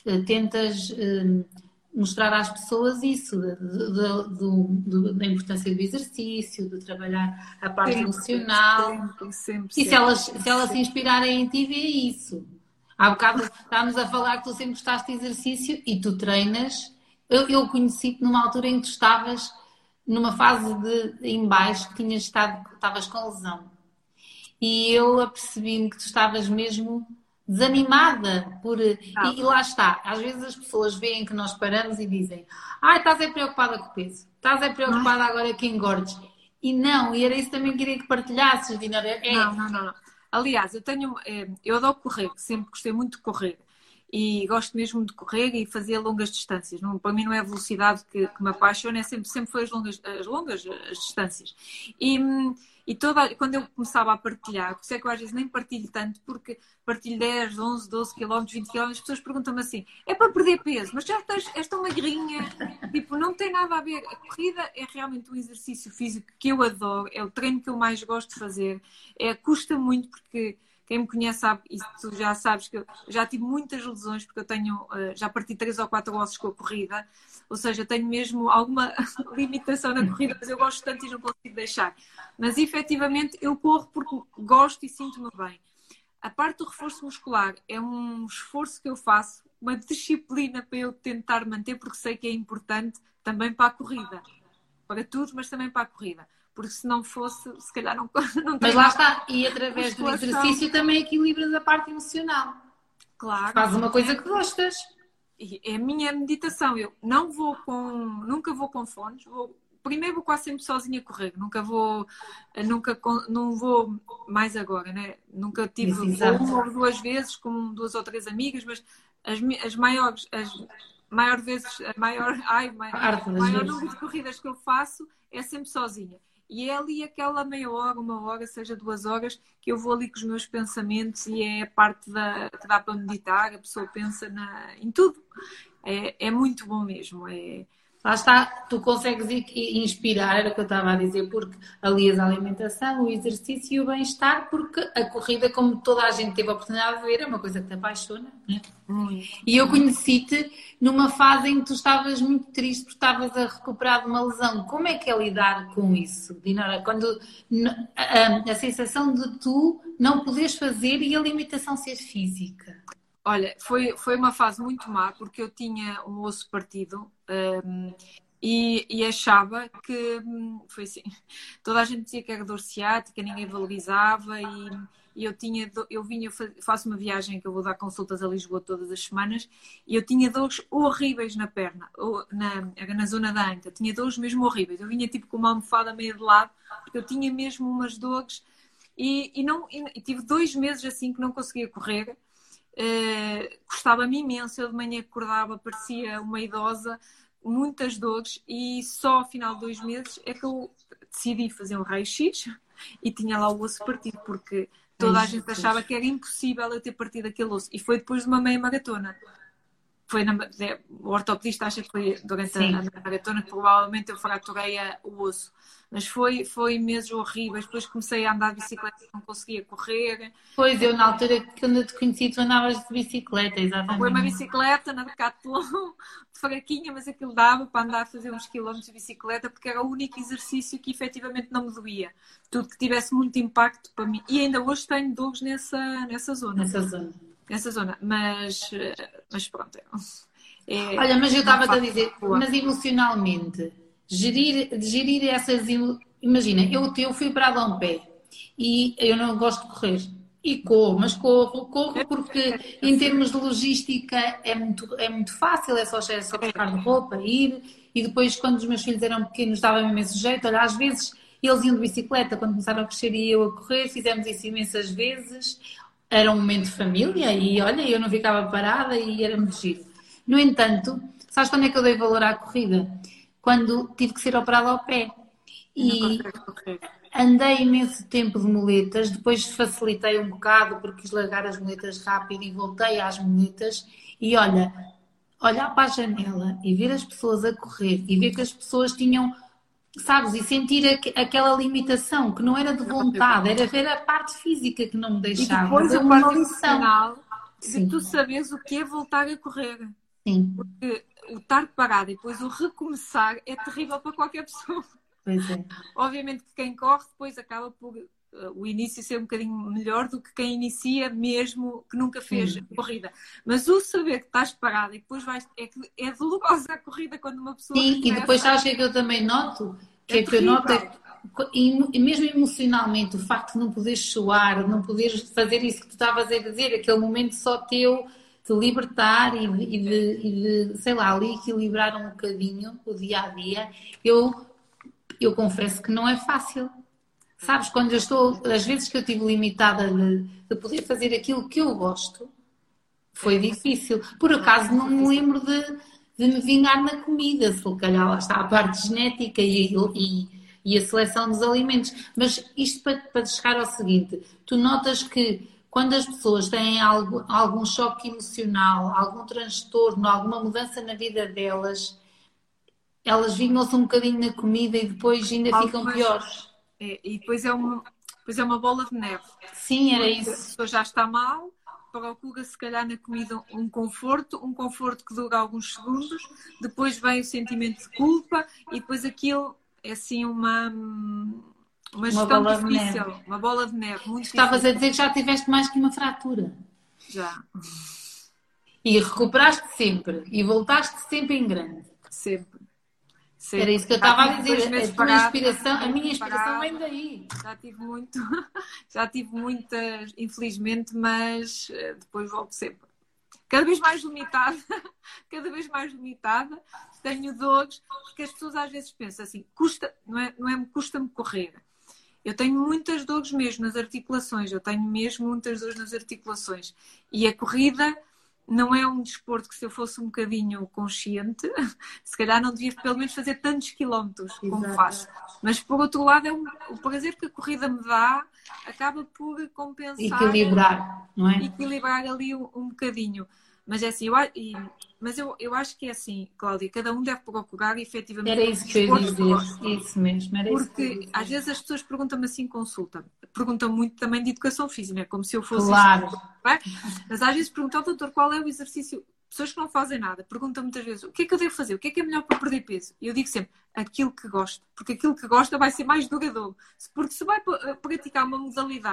tentas uh, mostrar às pessoas isso, de, de, de, de, da importância do exercício, de trabalhar a parte sempre, emocional. Sempre, sempre, e se sempre, elas, sempre, se elas sempre. se inspirarem em ti, vê isso. Há bocado estávamos a falar que tu sempre gostaste de exercício e tu treinas. Eu, eu conheci-te numa altura em que tu estavas numa fase de em baixo, que tinhas estado, estavas com lesão. E eu apercebi-me que tu estavas mesmo desanimada por... Ah. E, e lá está, às vezes as pessoas veem que nós paramos e dizem, ah, estás aí preocupada com o peso, estás aí preocupada ah. agora que engordes. E não, e era isso também que queria que partilhasses, Dinora. É... Não, não, não, não. Aliás, eu tenho, eu adoro correr, sempre gostei muito de correr. E gosto mesmo de correr e fazer longas distâncias. Não, para mim não é a velocidade que, que me apaixona, é sempre, sempre foi as longas, as longas as distâncias. E, e toda, quando eu começava a partilhar, por isso é que eu às vezes nem partilho tanto, porque partilho dez, onze, doze quilómetros, vinte quilómetros, as pessoas perguntam-me assim, é para perder peso, mas já estás, és tão magrinha. Tipo, não tem nada a ver. A corrida é realmente um exercício físico que eu adoro, é o treino que eu mais gosto de fazer. É, custa muito porque... Quem me conhece sabe, e tu já sabes que eu já tive muitas lesões, porque eu tenho, já parti três ou quatro ossos com a corrida, ou seja, tenho mesmo alguma limitação na corrida, mas eu gosto tanto e não consigo deixar. Mas efetivamente eu corro porque gosto e sinto-me bem. A parte do reforço muscular é um esforço que eu faço, uma disciplina para eu tentar manter, porque sei que é importante também para a corrida. Para tudo, mas também para a corrida. Porque se não fosse, se calhar não, não Mas lá está, e através do exercício também equilibras a parte emocional. Claro. Faz uma coisa que gostas. É a minha meditação. Eu não vou com, nunca vou com fones. Vou, primeiro vou quase sempre sozinha correr. Nunca vou, nunca, não vou mais agora, né? Nunca tive uma ou duas vezes com duas ou três amigas, mas as, as maiores, as maior vezes, a maior, ai, maior, maior número de corridas que eu faço é sempre sozinha. E é ali aquela meia hora, uma hora, seja duas horas, que eu vou ali com os meus pensamentos e é a parte da, que dá para meditar, a pessoa pensa na, em tudo. É, é muito bom mesmo. É... Lá está, tu consegues inspirar, era o que eu estava a dizer, porque alias a alimentação, o exercício e o bem-estar, porque a corrida, como toda a gente teve a oportunidade de ver, é uma coisa que te apaixona, né? Hum. E eu conheci-te numa fase em que tu estavas muito triste porque estavas a recuperar de uma lesão. Como é que é lidar com isso, Dinora? Quando a, a, a sensação de tu não poderes fazer e a limitação ser física? Olha, foi, foi uma fase muito má, porque eu tinha um osso partido, um, e, e achava que, hum, foi assim, toda a gente dizia que era dor ciática, ninguém valorizava, e, e eu tinha, do- eu vinha, eu fa- faço uma viagem que eu vou dar consultas a Lisboa todas as semanas, e eu tinha dores horríveis na perna, ou na, era na zona da anca, tinha dores mesmo horríveis, eu vinha tipo com uma almofada meio de lado, porque eu tinha mesmo umas dores, e, e, não, e, e tive dois meses assim que não conseguia correr. Uh, custava-me imenso, eu de manhã acordava, parecia uma idosa, muitas dores, e só ao final de dois meses é que eu decidi fazer um raio-x e tinha lá o osso partido, porque Ai, toda a gente Jesus. achava que era impossível eu ter partido aquele osso, e foi depois de uma meia maratona. Foi na, é, o ortopedista acha que foi durante a, Sim. a maratona que provavelmente eu fraturei a- o osso. Mas foi, foi meses horríveis. Depois comecei a andar de bicicleta, não conseguia correr. Pois, eu na altura que quando eu te conheci, tu andavas de bicicleta, Foi uma exatamente. bicicleta na Decathlon, fraquinha, mas aquilo dava para andar a fazer uns quilómetros de bicicleta, porque era o único exercício que efetivamente não me doía. Tudo que tivesse muito impacto para mim. E ainda hoje tenho dores nessa, nessa zona. Nessa zona. Nessa zona. Mas, eh, mas pronto. É, Olha, mas eu uma estava-te a fase dizer, boa. mas emocionalmente, gerir, gerir essas. emo- Imagina, eu, eu fui para a Dompé e eu não gosto de correr. E corro, mas corro, corro porque em termos de logística é muito, é muito fácil, é só, é só buscar de roupa, ir. E depois, quando os meus filhos eram pequenos, dava-me imenso jeito. Olha, às vezes eles iam de bicicleta, quando começaram a crescer e eu a correr, fizemos isso imensas vezes. Era um momento de família e olha, eu não ficava parada e era muito giro. No entanto, sabes quando é que eu dei valor à corrida? Quando tive que ser operada ao pé. E não E consegue correr. andei imenso tempo de muletas, depois facilitei um bocado porque quis largar as muletas rápido e voltei às muletas. E olha, olhar para a janela e ver as pessoas a correr e ver que as pessoas tinham, sabes, e sentir aqu- aquela limitação que não era de vontade, era ver a parte física que não me E deixava. depois a Deu-me parte uma lição. emocional de Sim, tu saberes o que é voltar a correr. sim, Porque o estar parado e depois o recomeçar é terrível para qualquer pessoa. pois é. Obviamente que quem corre depois acaba por uh, o início ser um bocadinho melhor do que quem inicia mesmo que nunca fez Sim. corrida. Mas o saber que estás parado e depois vais. É, que é dolorosa a corrida quando uma pessoa Sim, e depois começa. sabes o que é que eu também noto? Que É é que eu noto é terrível. que, e, e mesmo emocionalmente, o facto de não poderes suar, não poderes fazer isso que tu estavas a dizer, aquele momento só teu de libertar e de, e de, e de, sei lá, ali equilibrar um bocadinho o dia a dia, eu, eu confesso que não é fácil. Sabes, quando eu estou, às vezes que eu estive limitada de, de poder fazer aquilo que eu gosto, foi difícil. Por acaso não me lembro de, de me vingar na comida, se calhar lá está a parte genética e, e, e a seleção dos alimentos. Mas isto para, para chegar ao seguinte, tu notas que quando as pessoas têm algo, algum choque emocional, algum transtorno, alguma mudança na vida delas, elas vingam-se um bocadinho na comida e depois ainda ficam Algumas. piores. É, e depois é, uma, depois é uma bola de neve. Sim, era Porque a isso. pessoa já está mal, procura se calhar na comida um conforto, um conforto que dura alguns segundos, depois vem o sentimento de culpa e depois aquilo é assim uma, uma Uma gestão bola de difícil, neve. uma bola de neve, muito Estavas a difícil. dizer que já tiveste mais que uma fratura. Já, E recuperaste sempre. E voltaste sempre em grande. sempre. Era Sempre. isso que eu Já estava a tive dois dizer. A meses tua parada, inspiração, a já minha tive inspiração parada, vem daí. já tive muito, já tive muitas, infelizmente, mas eh, depois volto sempre. Cada vez mais limitada, cada vez mais limitada, tenho dores, porque as pessoas às vezes pensam assim, custa, não é, não é, custa-me correr. Eu tenho muitas dores mesmo nas articulações, eu tenho mesmo muitas dores nas articulações. E a corrida não é um desporto que, se eu fosse um bocadinho consciente, se calhar não devia pelo menos fazer tantos quilómetros como Exato. faço. Mas por outro lado, é um, o prazer que a corrida me dá acaba por compensar, Equilibrar, não é? equilibrar ali um, um bocadinho. Mas é assim, eu, a- e- mas eu, eu acho que é assim, Cláudia, cada um deve procurar efetivamente Era o isso que eu ia desporto que gosta. dizer. Isso mesmo, era isso que eu ia Porque dizer. às vezes as pessoas perguntam-me assim em consulta, perguntam muito também de educação física, como se eu fosse Claro. isto, não é? Mas às vezes perguntam, doutor, qual é o exercício? Pessoas que não fazem nada, perguntam muitas vezes, o que é que eu devo fazer? O que é que é melhor para perder peso? E eu digo sempre, aquilo que gosta, porque aquilo que gosta vai ser mais duradouro. Porque se vai praticar uma modalidade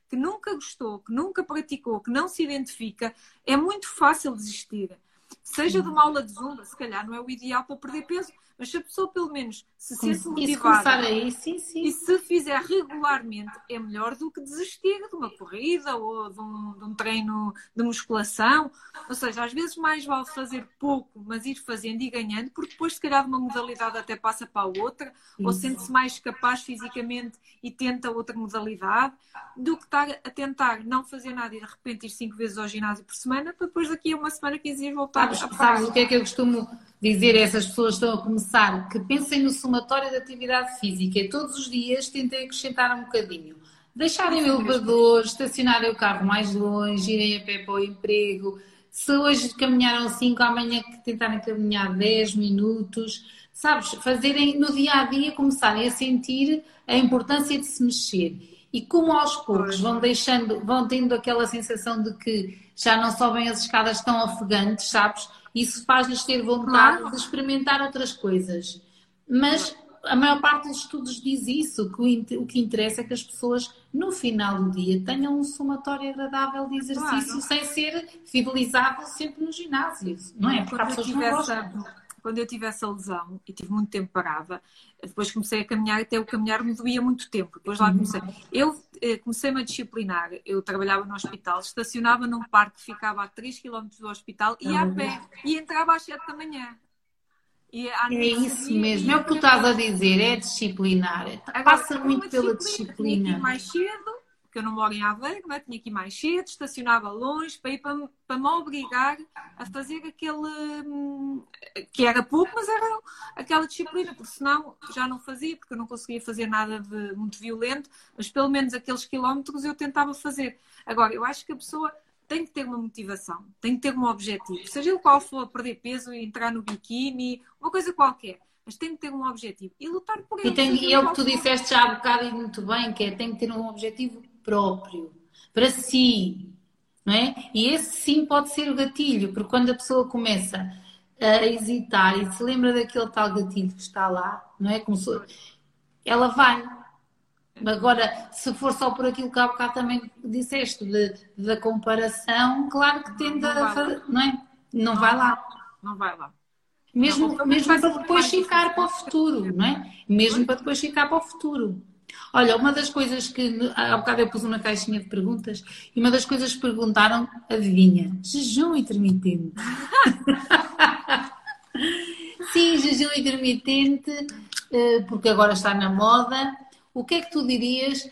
que nunca gostou, que nunca praticou, que não se identifica, é muito fácil desistir. Seja de uma aula de zumba, se calhar não é o ideal para perder peso, mas se a pessoa pelo menos se sente motivada aí, sim, sim. e se fizer regularmente, é melhor do que desistir de uma corrida ou de um, de um treino de musculação. Ou seja, às vezes mais vale fazer pouco, mas ir fazendo e ganhando, porque depois se calhar de uma modalidade até passa para a outra, isso. Ou sente-se mais capaz fisicamente e tenta outra modalidade, do que estar a tentar não fazer nada e de repente ir cinco vezes ao ginásio por semana, para depois daqui a uma semana, quinze dias voltar sabes, a sabes o que é que eu costumo dizer a essas pessoas que estão a começar? Que pensem no somatório da atividade física e todos os dias tentem acrescentar um bocadinho. Deixarem o elevador, estacionarem o carro mais longe, irem a pé para o emprego. Se hoje caminharam cinco, amanhã que tentarem caminhar dez minutos. Sabes, fazerem no dia a dia, começarem a sentir a importância de se mexer. E como aos poucos vão deixando, vão tendo aquela sensação de que já não sobem as escadas tão ofegantes, sabes? Isso faz-lhes ter vontade claro. de experimentar outras coisas. Mas a maior parte dos estudos diz isso, que o que interessa é que as pessoas, no final do dia, tenham um somatório agradável de exercício claro. sem ser fidelizado sempre no ginásio, não é? Porque há pessoas que não gostam. Quando eu tive essa lesão e tive muito tempo parada, depois comecei a caminhar, até o caminhar me doía muito tempo. Depois lá comecei. Eu eh, comecei-me a disciplinar. Eu trabalhava no hospital, estacionava num parque que ficava a três quilómetros do hospital, ia a pé e entrava às sete da manhã. E é isso mesmo, é o que tu estás a dizer, é disciplinar. Agora, passa muito pela disciplina. Tinha que ir mais cedo, porque eu não moro em Aveiro, não é? Tinha que ir mais cedo, estacionava longe para ir para, para me obrigar a fazer aquele que era pouco, mas era aquela disciplina, porque senão já não fazia, porque eu não conseguia fazer nada de muito violento, mas pelo menos aqueles quilómetros eu tentava fazer. Agora, eu acho que a pessoa tem que ter uma motivação, tem que ter um objetivo, seja ele qual for, perder peso e entrar no biquíni, uma coisa qualquer, mas tem que ter um objetivo e lutar por ele. E, tem, e é o que tu disseste já há bocado e muito bem, que é tem que ter um objetivo próprio, para si, não é? E esse sim pode ser o gatilho, porque quando a pessoa começa a hesitar e se lembra daquele tal gatilho que está lá, não é? Como se, ela vai. Agora, se for só por aquilo que há bocado também disseste, de, da comparação, claro que tende a fazer, não é? Não, não vai lá. Não vai lá. Mesmo, não, mesmo para depois ficar para o futuro, não é? Mesmo para depois ficar para o futuro. Olha, uma das coisas que, há bocado eu pus uma caixinha de perguntas, e uma das coisas que perguntaram, adivinha, jejum intermitente. Sim, jejum intermitente, porque agora está na moda. O que é que tu dirias,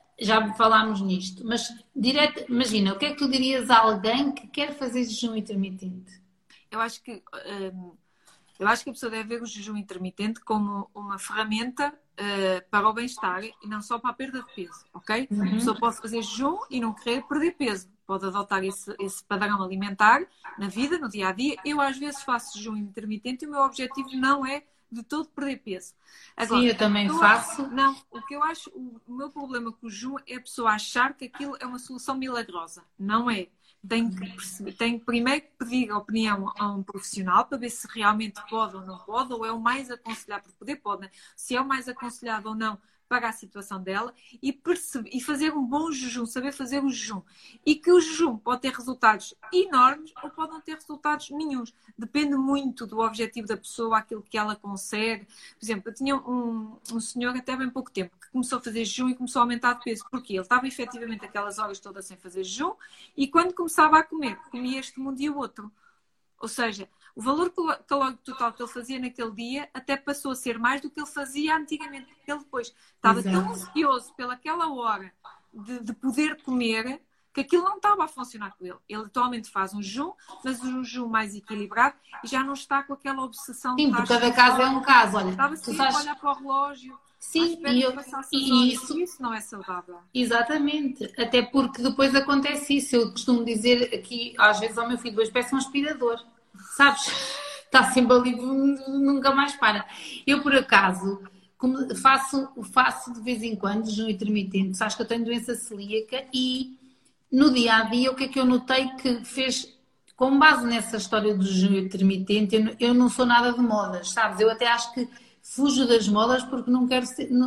já falámos nisto, mas direto, imagina, o que é que tu dirias a alguém que quer fazer jejum intermitente? Eu acho que, hum, eu acho que a pessoa deve ver o jejum intermitente como uma ferramenta uh, para o bem-estar e não só para a perda de peso, ok? Uhum. A pessoa pode fazer jejum e não querer perder peso, pode adotar esse, esse padrão alimentar na vida, no dia-a-dia. Eu às vezes faço jejum intermitente e o meu objetivo não é de todo perder peso. Agora, sim, eu também eu faço. Acho, não, o que eu acho, o, o meu problema com o jejum é a pessoa achar que aquilo é uma solução milagrosa. Não é. Tem que, perceber, tem que primeiro pedir a opinião a um profissional para ver se realmente pode ou não pode, ou é o mais aconselhado por poder, pode, né? Se é o mais aconselhado ou não para a situação dela e, perceber, e fazer um bom jejum, saber fazer o jejum. E que o jejum pode ter resultados enormes ou pode não ter resultados nenhuns. Depende muito do objetivo da pessoa, aquilo que ela consegue. Por exemplo, eu tinha um, um senhor até bem pouco tempo que começou a fazer jejum e começou a aumentar de peso. Porque ele estava efetivamente aquelas horas todas sem fazer jejum e quando começava a comer, comia este um dia o outro. Ou seja, o valor calórico total que ele fazia naquele dia até passou a ser mais do que ele fazia antigamente. Porque ele depois estava Exato. tão ansioso pelaquela hora de, de poder comer que aquilo não estava a funcionar com ele. Ele atualmente faz um jejum, mas um jejum mais equilibrado e já não está com aquela obsessão. Sim, porque cada caso é um caso. Olha, estava sempre sabes... a olhar para o relógio. Sim, e, eu, e isso, isso não é saudável. Exatamente, até porque depois acontece isso. Eu costumo dizer aqui, às vezes ao meu filho, depois peço um aspirador, sabes? Está sempre ali, nunca mais para. Eu, por acaso, como faço, faço de vez em quando jejum intermitente, sabes que eu tenho doença celíaca e no dia-a-dia o que é que eu notei que fez, com base nessa história do jejum intermitente, eu, eu não sou nada de modas, sabes? Eu até acho que fujo das modas porque não quero ser, não,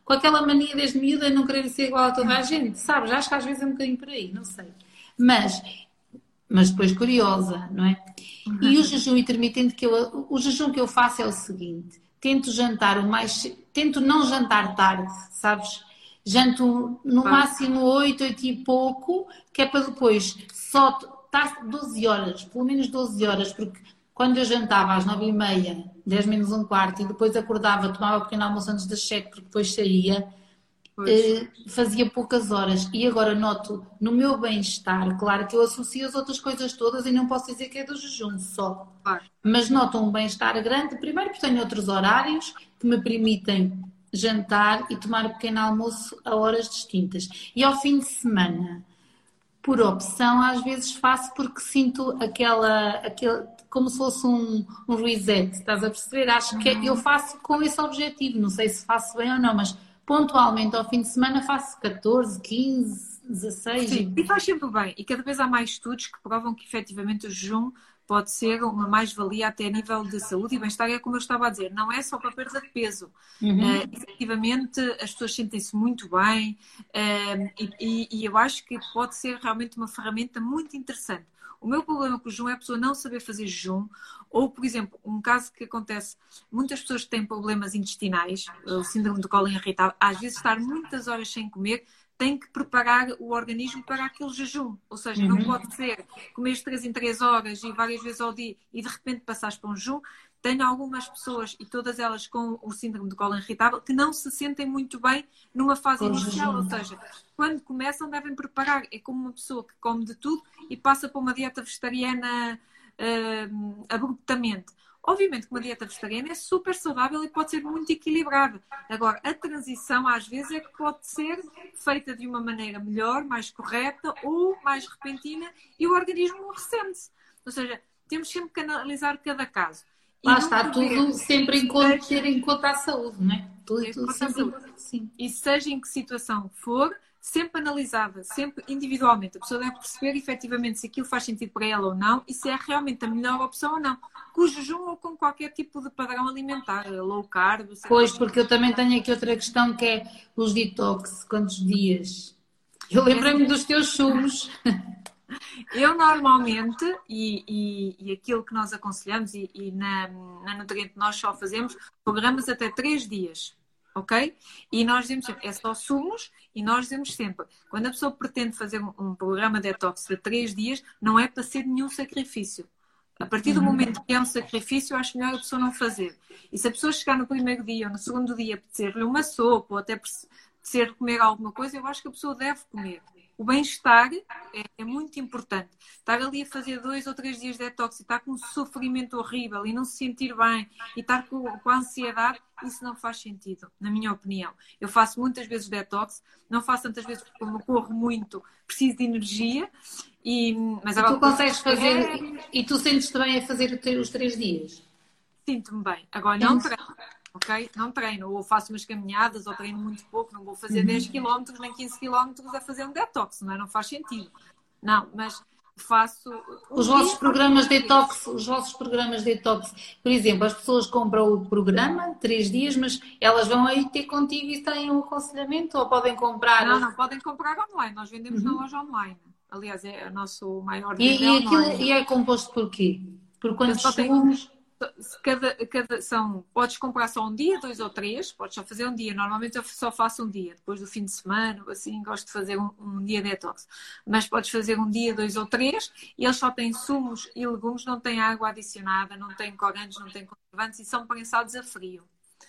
com aquela mania desde miúda de não querer ser igual a toda a gente, sabes? Acho que às vezes é um bocadinho por aí, não sei. Mas, mas depois curiosa, não é? E o jejum intermitente, que eu, o jejum que eu faço é o seguinte, tento jantar o mais, tento não jantar tarde, sabes? Janto no máximo oito, oito e pouco, que é para depois só estar doze horas, pelo menos doze horas, porque quando eu jantava às nove e meia, dez menos um quarto, e depois acordava, tomava um pequeno almoço antes das sete, porque depois saía, eh, fazia poucas horas. E agora noto no meu bem-estar, claro que eu associo as outras coisas todas e não posso dizer que é do jejum só. Claro. Mas noto um bem-estar grande, primeiro porque tenho outros horários que me permitem jantar e tomar um pequeno almoço a horas distintas. E ao fim de semana, por opção, às vezes faço porque sinto aquela, aquele, como se fosse um, um reset, estás a perceber? Acho que eu faço com esse objetivo, não sei se faço bem ou não, mas pontualmente ao fim de semana faço catorze, quinze, dezasseis. Sim, e faz sempre bem. E cada vez há mais estudos que provam que efetivamente o jejum pode ser uma mais-valia até a nível de saúde e bem-estar, é como eu estava a dizer, não é só para perda de peso. Uhum. Uh, efetivamente, as pessoas sentem-se muito bem uh, e, e eu acho que pode ser realmente uma ferramenta muito interessante. O meu problema com o jejum é a pessoa não saber fazer jejum, ou, por exemplo, um caso que acontece, muitas pessoas que têm problemas intestinais, o síndrome do colo irritável, às vezes estar muitas horas sem comer, tem que preparar o organismo para aquele jejum. Ou seja, uhum. não pode ser comer três em três horas e várias vezes ao dia e de repente passares para um jejum. Tenho algumas pessoas, e todas elas com o síndrome do colo irritável, que não se sentem muito bem numa fase com inicial. Jejum. Ou seja, quando começam devem preparar. É como uma pessoa que come de tudo e passa para uma dieta vegetariana uh, abruptamente. Obviamente que uma dieta vegetariana é super saudável e pode ser muito equilibrada. Agora, a transição às vezes é que pode ser feita de uma maneira melhor, mais correta ou mais repentina e o organismo ressente-se. Ou seja, temos sempre que analisar cada caso. E lá está tudo sempre em conta, ter em conta a saúde, não é? Tudo, tudo sempre em conta. Sim. E seja em que situação for, sempre analisada, sempre individualmente. A pessoa deve perceber efetivamente se aquilo faz sentido para ela ou não e se é realmente a melhor opção ou não. Com o jejum ou com qualquer tipo de padrão alimentar, low carb. Pois, porque eu também tenho aqui outra questão que é os detox, quantos dias? Eu lembrei-me dos teus sumos. Eu normalmente, e, e, e aquilo que nós aconselhamos e, e na, na Nutriente nós só fazemos programas até três dias. Ok? E nós dizemos sempre, é só sumos e nós dizemos sempre, quando a pessoa pretende fazer um, um programa de detox de três dias, não é para ser nenhum sacrifício. A partir do momento que é um sacrifício, eu acho melhor a pessoa não fazer. E se a pessoa chegar no primeiro dia ou no segundo dia apetecer-lhe uma sopa ou até apetecer comer alguma coisa, eu acho que a pessoa deve comer. O bem-estar é, é muito importante. Estar ali a fazer dois ou três dias de detox e estar com um sofrimento horrível e não se sentir bem e estar com, com a ansiedade, isso não faz sentido, na minha opinião. Eu faço muitas vezes detox, não faço tantas vezes porque como corro muito, preciso de energia. E, mas agora, e tu consegues fazer, é... e tu sentes-te bem a fazer os três dias? Sinto-me bem. Agora não treino. Ok? Não treino, ou faço umas caminhadas, ou treino muito pouco, não vou fazer uhum. dez quilómetros, nem quinze quilómetros a fazer um detox, não é? Não faz sentido. Não, mas faço... Um os vossos programas de detox, os vossos programas de detox, por exemplo, as pessoas compram o programa, três dias, mas elas vão aí ter contigo e têm um aconselhamento, ou podem comprar... Não, não, podem comprar online, nós vendemos uhum. na loja online. Aliás, é o nosso maior e, e, aquilo, e é composto por quê? Por quantos sumos? Cada, cada, são, podes comprar só um dia, dois ou três, podes só fazer um dia. Normalmente eu só faço um dia, depois do fim de semana, assim, gosto de fazer um, um dia detox. Mas podes fazer um dia, dois ou três, e eles só têm sumos e legumes, não têm água adicionada, não têm corantes, não têm conservantes e são prensados a frio.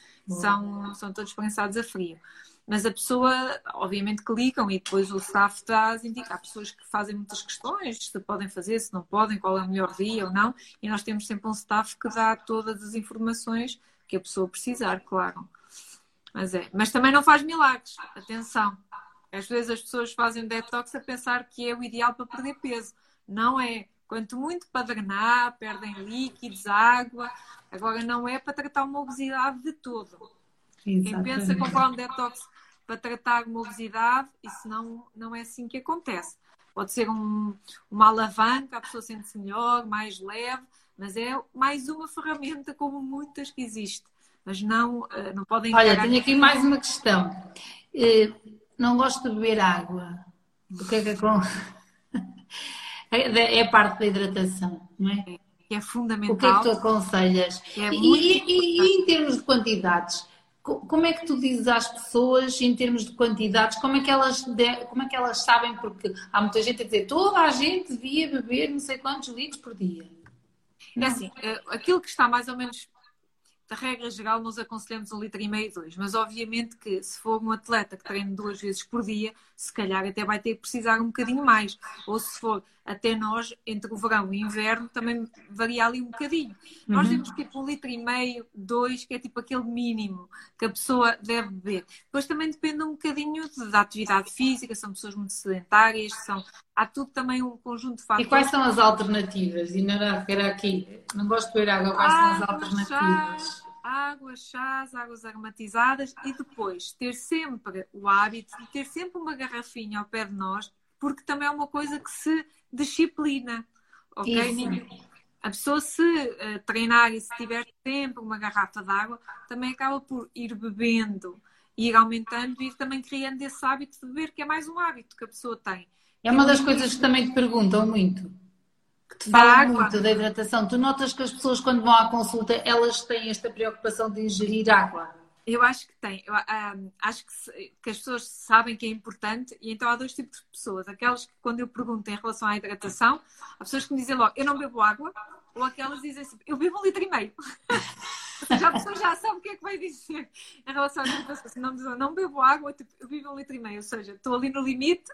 São, são todos prensados a frio. Mas a pessoa, obviamente, clicam e depois o staff traz, indica. Há pessoas que fazem muitas questões, se podem fazer, se não podem, qual é o melhor dia ou não. E nós temos sempre um staff que dá todas as informações que a pessoa precisar, claro. Mas é. Mas também não faz milagres. Atenção. Às vezes as pessoas fazem detox a pensar que é o ideal para perder peso. Não é. Quanto muito para drenar, perdem líquidos, água. Agora não é para tratar uma obesidade de todo. Exatamente. Quem pensa comprar um detox para tratar uma obesidade, isso não, não é assim que acontece. Pode ser um, uma alavanca, a pessoa sente-se melhor, mais leve, mas é mais uma ferramenta como muitas que existe. mas não, não podem... Olha, tenho aqui mais uma questão. Não gosto de beber água. O que é que acontece? É a parte da hidratação, não é? Que é fundamental. O que é que tu aconselhas? É e, muito e, e, e em termos de quantidades? Como é que tu dizes às pessoas, em termos de quantidades, como é que elas, como é que elas sabem? Porque há muita gente a dizer, toda a gente devia beber não sei quantos litros por dia. É assim, aquilo que está mais ou menos... Da regra geral, nós aconselhamos um litro e meio, dois. Mas, obviamente, que se for um atleta que treina duas vezes por dia, se calhar até vai ter que precisar um bocadinho mais. Ou se for até nós, entre o verão e o inverno, também varia ali um bocadinho. Uhum. Nós temos tipo um litro e meio, dois, que é tipo aquele mínimo que a pessoa deve beber. Depois também depende um bocadinho da atividade física, são pessoas muito sedentárias, são... há tudo também um conjunto de fatores. E quais são as alternativas? E não era aqui, não gosto de beber água, quais são as alternativas? Chás, água, chás, águas aromatizadas e depois ter sempre o hábito de ter sempre uma garrafinha ao pé de nós, porque também é uma coisa que se disciplina, ok? Isso. A pessoa se uh, treinar e se tiver sempre uma garrafa de água, também acaba por ir bebendo, ir aumentando e ir também criando esse hábito de beber, que é mais um hábito que a pessoa tem. É uma das coisas que também te perguntam muito. Que te falam muito da hidratação. Tu notas que as pessoas, quando vão à consulta, elas têm esta preocupação de ingerir água? Eu acho que tem. Eu, um, acho que, se, que as pessoas sabem que é importante e então há dois tipos de pessoas. Aquelas que, quando eu pergunto em relação à hidratação, há pessoas que me dizem logo, eu não bebo água, ou aquelas dizem assim, eu bebo um litro e meio. Já a pessoa já sabe o que é que vai dizer em relação à hidratação. Se não me dizem, não bebo água, eu bebo um litro e meio. Ou seja, estou ali no limite,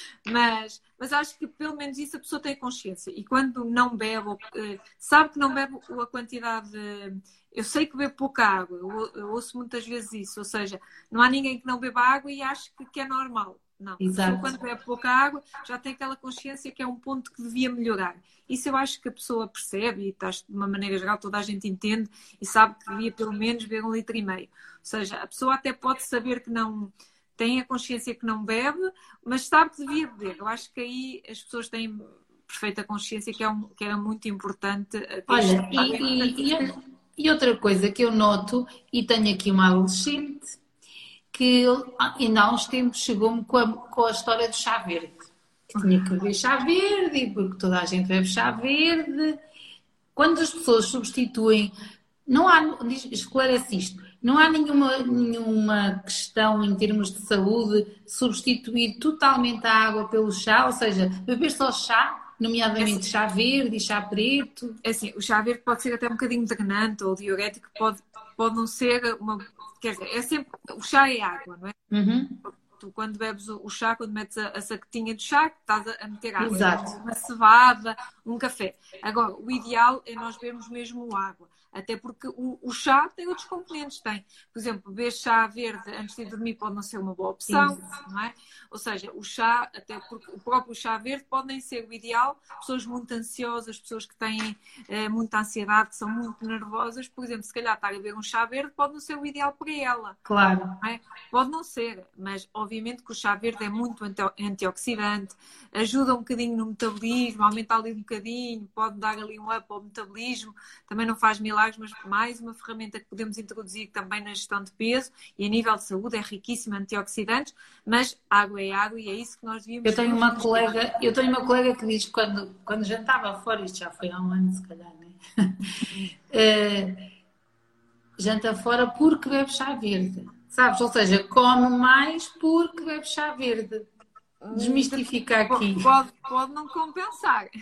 mas, mas acho que pelo menos isso a pessoa tem consciência. E quando não bebe, sabe que não bebe a quantidade... Eu sei que bebo pouca água, eu, eu ouço muitas vezes isso, ou seja, não há ninguém que não beba água e ache que, que é normal. Não, Exato. Quando bebe pouca água já tem aquela consciência que é um ponto que devia melhorar. Isso eu acho que a pessoa percebe e acho que de uma maneira geral toda a gente entende e sabe que devia pelo menos beber um litro e meio. Ou seja, a pessoa até pode saber que não... tem a consciência que não bebe, mas sabe que devia beber. Eu acho que aí as pessoas têm perfeita consciência que é, um, que é muito importante. Olha, e... e, e... E outra coisa que eu noto, e tenho aqui uma adolescente, que ainda há uns tempos chegou-me com a, com a história do chá verde. Que tinha que beber chá verde, porque toda a gente bebe chá verde. Quando as pessoas substituem, não há, esclarece isto, não há nenhuma, nenhuma questão em termos de saúde substituir totalmente a água pelo chá, ou seja, beber só chá, nomeadamente é assim, chá verde e chá preto. É assim, o chá verde pode ser até um bocadinho drenante ou diurético, pode, pode não ser uma... Quer dizer, é sempre... O chá é água, não é? Uhum. Tu, quando bebes o chá, quando metes a, a saquetinha de chá, estás a, a meter água. Exato. Uma cevada, um café. Agora, o ideal é nós bebermos mesmo água. Até porque o, o chá tem outros componentes. Tem, por exemplo, beber chá verde antes de dormir pode não ser uma boa opção, Isso. não é? Ou seja, o chá, até porque o próprio chá verde pode nem ser o ideal. Pessoas muito ansiosas, pessoas que têm eh, muita ansiedade, que são muito nervosas, por exemplo, se calhar estar a beber um chá verde pode não ser o ideal para ela. Claro. Não é? Pode não ser, mas obviamente que o chá verde é muito antioxidante, ajuda um bocadinho no metabolismo, aumenta ali um bocadinho, pode dar ali um up ao metabolismo, também não faz milagres, mas mais uma ferramenta que podemos introduzir também na gestão de peso e a nível de saúde é riquíssima em antioxidantes, mas água é água e é isso que nós devíamos eu tenho uma colega Eu tenho uma colega que diz que quando, quando jantava fora, isto já foi há um ano se calhar, não é? uh, janta fora porque bebe chá verde, sabes? Ou seja, come mais porque bebe chá verde. Desmistifica aqui. Pode, pode não compensar.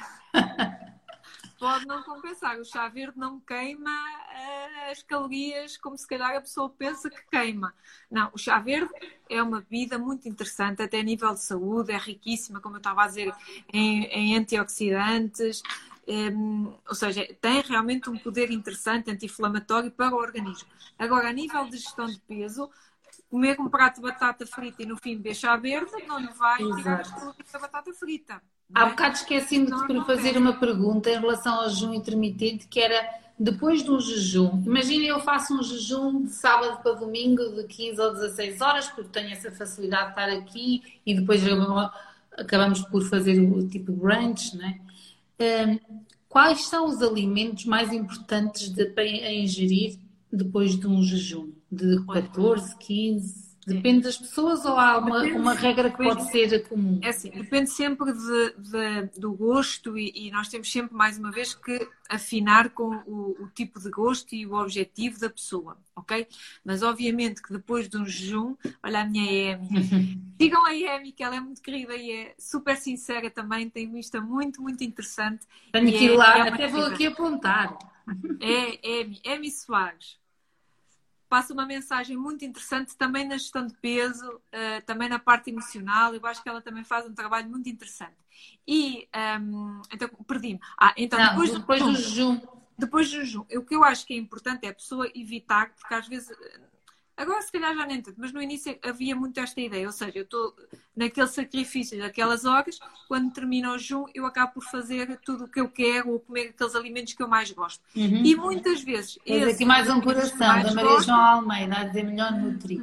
Pode não compensar. O chá verde não queima uh, as calorias como se calhar a pessoa pensa que queima. Não, o chá verde é uma bebida muito interessante, até a nível de saúde, é riquíssima, como eu estava a dizer, em, em antioxidantes, um, ou seja, tem realmente um poder interessante anti-inflamatório para o organismo. Agora, a nível de gestão de peso, comer um prato de batata frita e no fim beber chá verde não lhe vai tirar as calorias da batata frita. Há bocado esqueci-me de fazer uma pergunta em relação ao jejum intermitente, que era depois de um jejum. Imagina, eu faço um jejum de sábado para domingo de quinze ou dezasseis horas, porque tenho essa facilidade de estar aqui e depois acabamos por fazer o tipo brunch, não é? Um, quais são os alimentos mais importantes de, para ingerir depois de um jejum? De catorze, quinze? Depende das pessoas ou há uma, uma regra que pode ser comum? É assim, depende sempre de, de, do gosto e, e nós temos sempre, mais uma vez, que afinar com o, o tipo de gosto e o objetivo da pessoa, ok? Mas obviamente que depois de um jejum, olha a minha Amy, sigam a Amy, que ela é muito querida e é super sincera também, tem vista muito, muito interessante. Tenho que ir é, lá, é até vou aqui apontar. É Amy, Amy Soares. Passa uma mensagem muito interessante também na gestão de peso, uh, também na parte emocional. Eu acho que ela também faz um trabalho muito interessante. E, um, então, perdi-me. Ah, então, Não, depois, depois do jejum. Depois do jejum, o que eu acho que é importante é a pessoa evitar, porque às vezes, agora se calhar já nem tanto, mas no início havia muito esta ideia, ou seja, eu estou naquele sacrifício daquelas horas, quando termina o jejum, eu acabo por fazer tudo o que eu quero ou comer aqueles alimentos que eu mais gosto. Uhum. E muitas vezes... Tens aqui mais um coração da Maria gosto, João Almeida, a dizer melhor nutrir.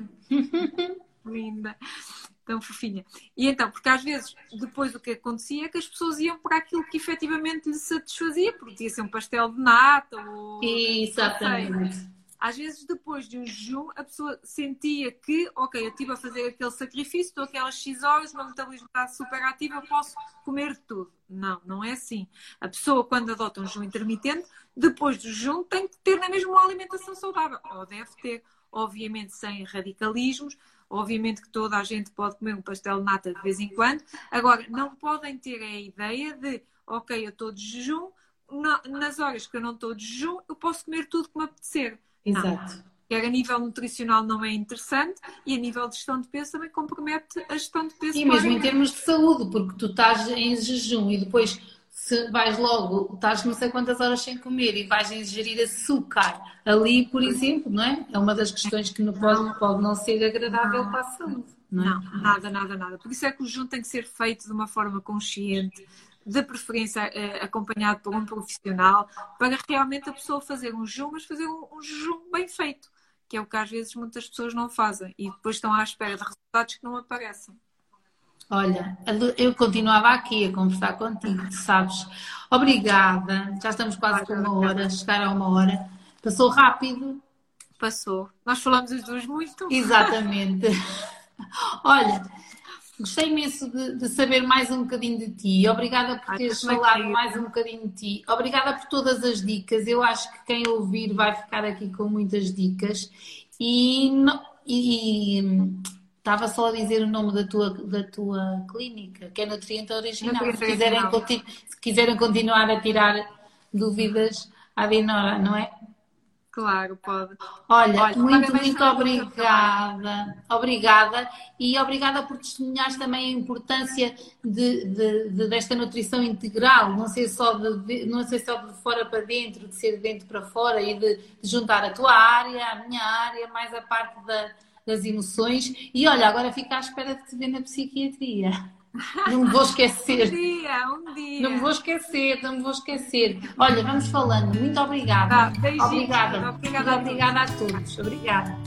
Linda. Tão fofinha. E então, porque às vezes, depois o que acontecia é que as pessoas iam para aquilo que efetivamente lhes satisfazia, porque podia ser um pastel de nata ou... Exatamente. Às vezes, depois de um jejum, a pessoa sentia que, ok, eu estive a fazer aquele sacrifício, estou aquelas X horas, o meu metabolismo está super ativo, eu posso comer tudo. Não, não é assim. A pessoa, quando adota um jejum intermitente, depois do jejum, tem que ter na mesma uma alimentação saudável. Ou deve ter, obviamente, sem radicalismos. Obviamente que toda a gente pode comer um pastel de nata de vez em quando. Agora, não podem ter a ideia de, ok, eu estou de jejum, nas horas que eu não estou de jejum, eu posso comer tudo que me apetecer. Exato. Quer a nível nutricional não é interessante e a nível de gestão de peso também compromete a gestão de peso. E mesmo em termos de saúde, porque tu estás em jejum e depois se vais logo, estás não sei quantas horas sem comer e vais ingerir açúcar ali, por exemplo, não é? É uma das questões que não pode, pode não ser agradável não, para a saúde. Não, é? Não, nada, nada, nada. Por isso é que o jejum tem que ser feito de uma forma consciente, de preferência eh, acompanhado por um profissional, para realmente a pessoa fazer um jejum, mas fazer um, um jejum bem feito, que é o que às vezes muitas pessoas não fazem e depois estão à espera de resultados que não aparecem. Olha, eu continuava aqui a conversar contigo, sabes? Obrigada, já estamos quase com uma hora, chegar a uma hora. Passou rápido. Passou. Nós falamos as duas muito. Exatamente. Olha, gostei imenso de, de saber mais um bocadinho de ti. Obrigada por teres Ai, falado é mais um bocadinho de ti. Obrigada por todas as dicas. Eu acho que quem ouvir vai ficar aqui com muitas dicas. E... e estava só a dizer o nome da tua, da tua clínica, que é Nutriente Original. Se quiserem, se quiserem continuar a tirar dúvidas à Dinora, não é? Claro, pode. Olha, Olha muito, muito obrigada. Obrigada. E obrigada por testemunhares também a importância de, de, de, desta nutrição integral. Não ser só de, não ser só de fora para dentro, de ser de dentro para fora e de, de juntar a tua área, a minha área, mais a parte da das emoções, e olha, agora fico à espera de te ver na psiquiatria. Não me vou esquecer. Um dia, um dia. Não me vou esquecer, não me vou esquecer. Olha, vamos falando. Muito obrigada. Tá, beijinho. Obrigada. Obrigada, obrigada a todos. Obrigada.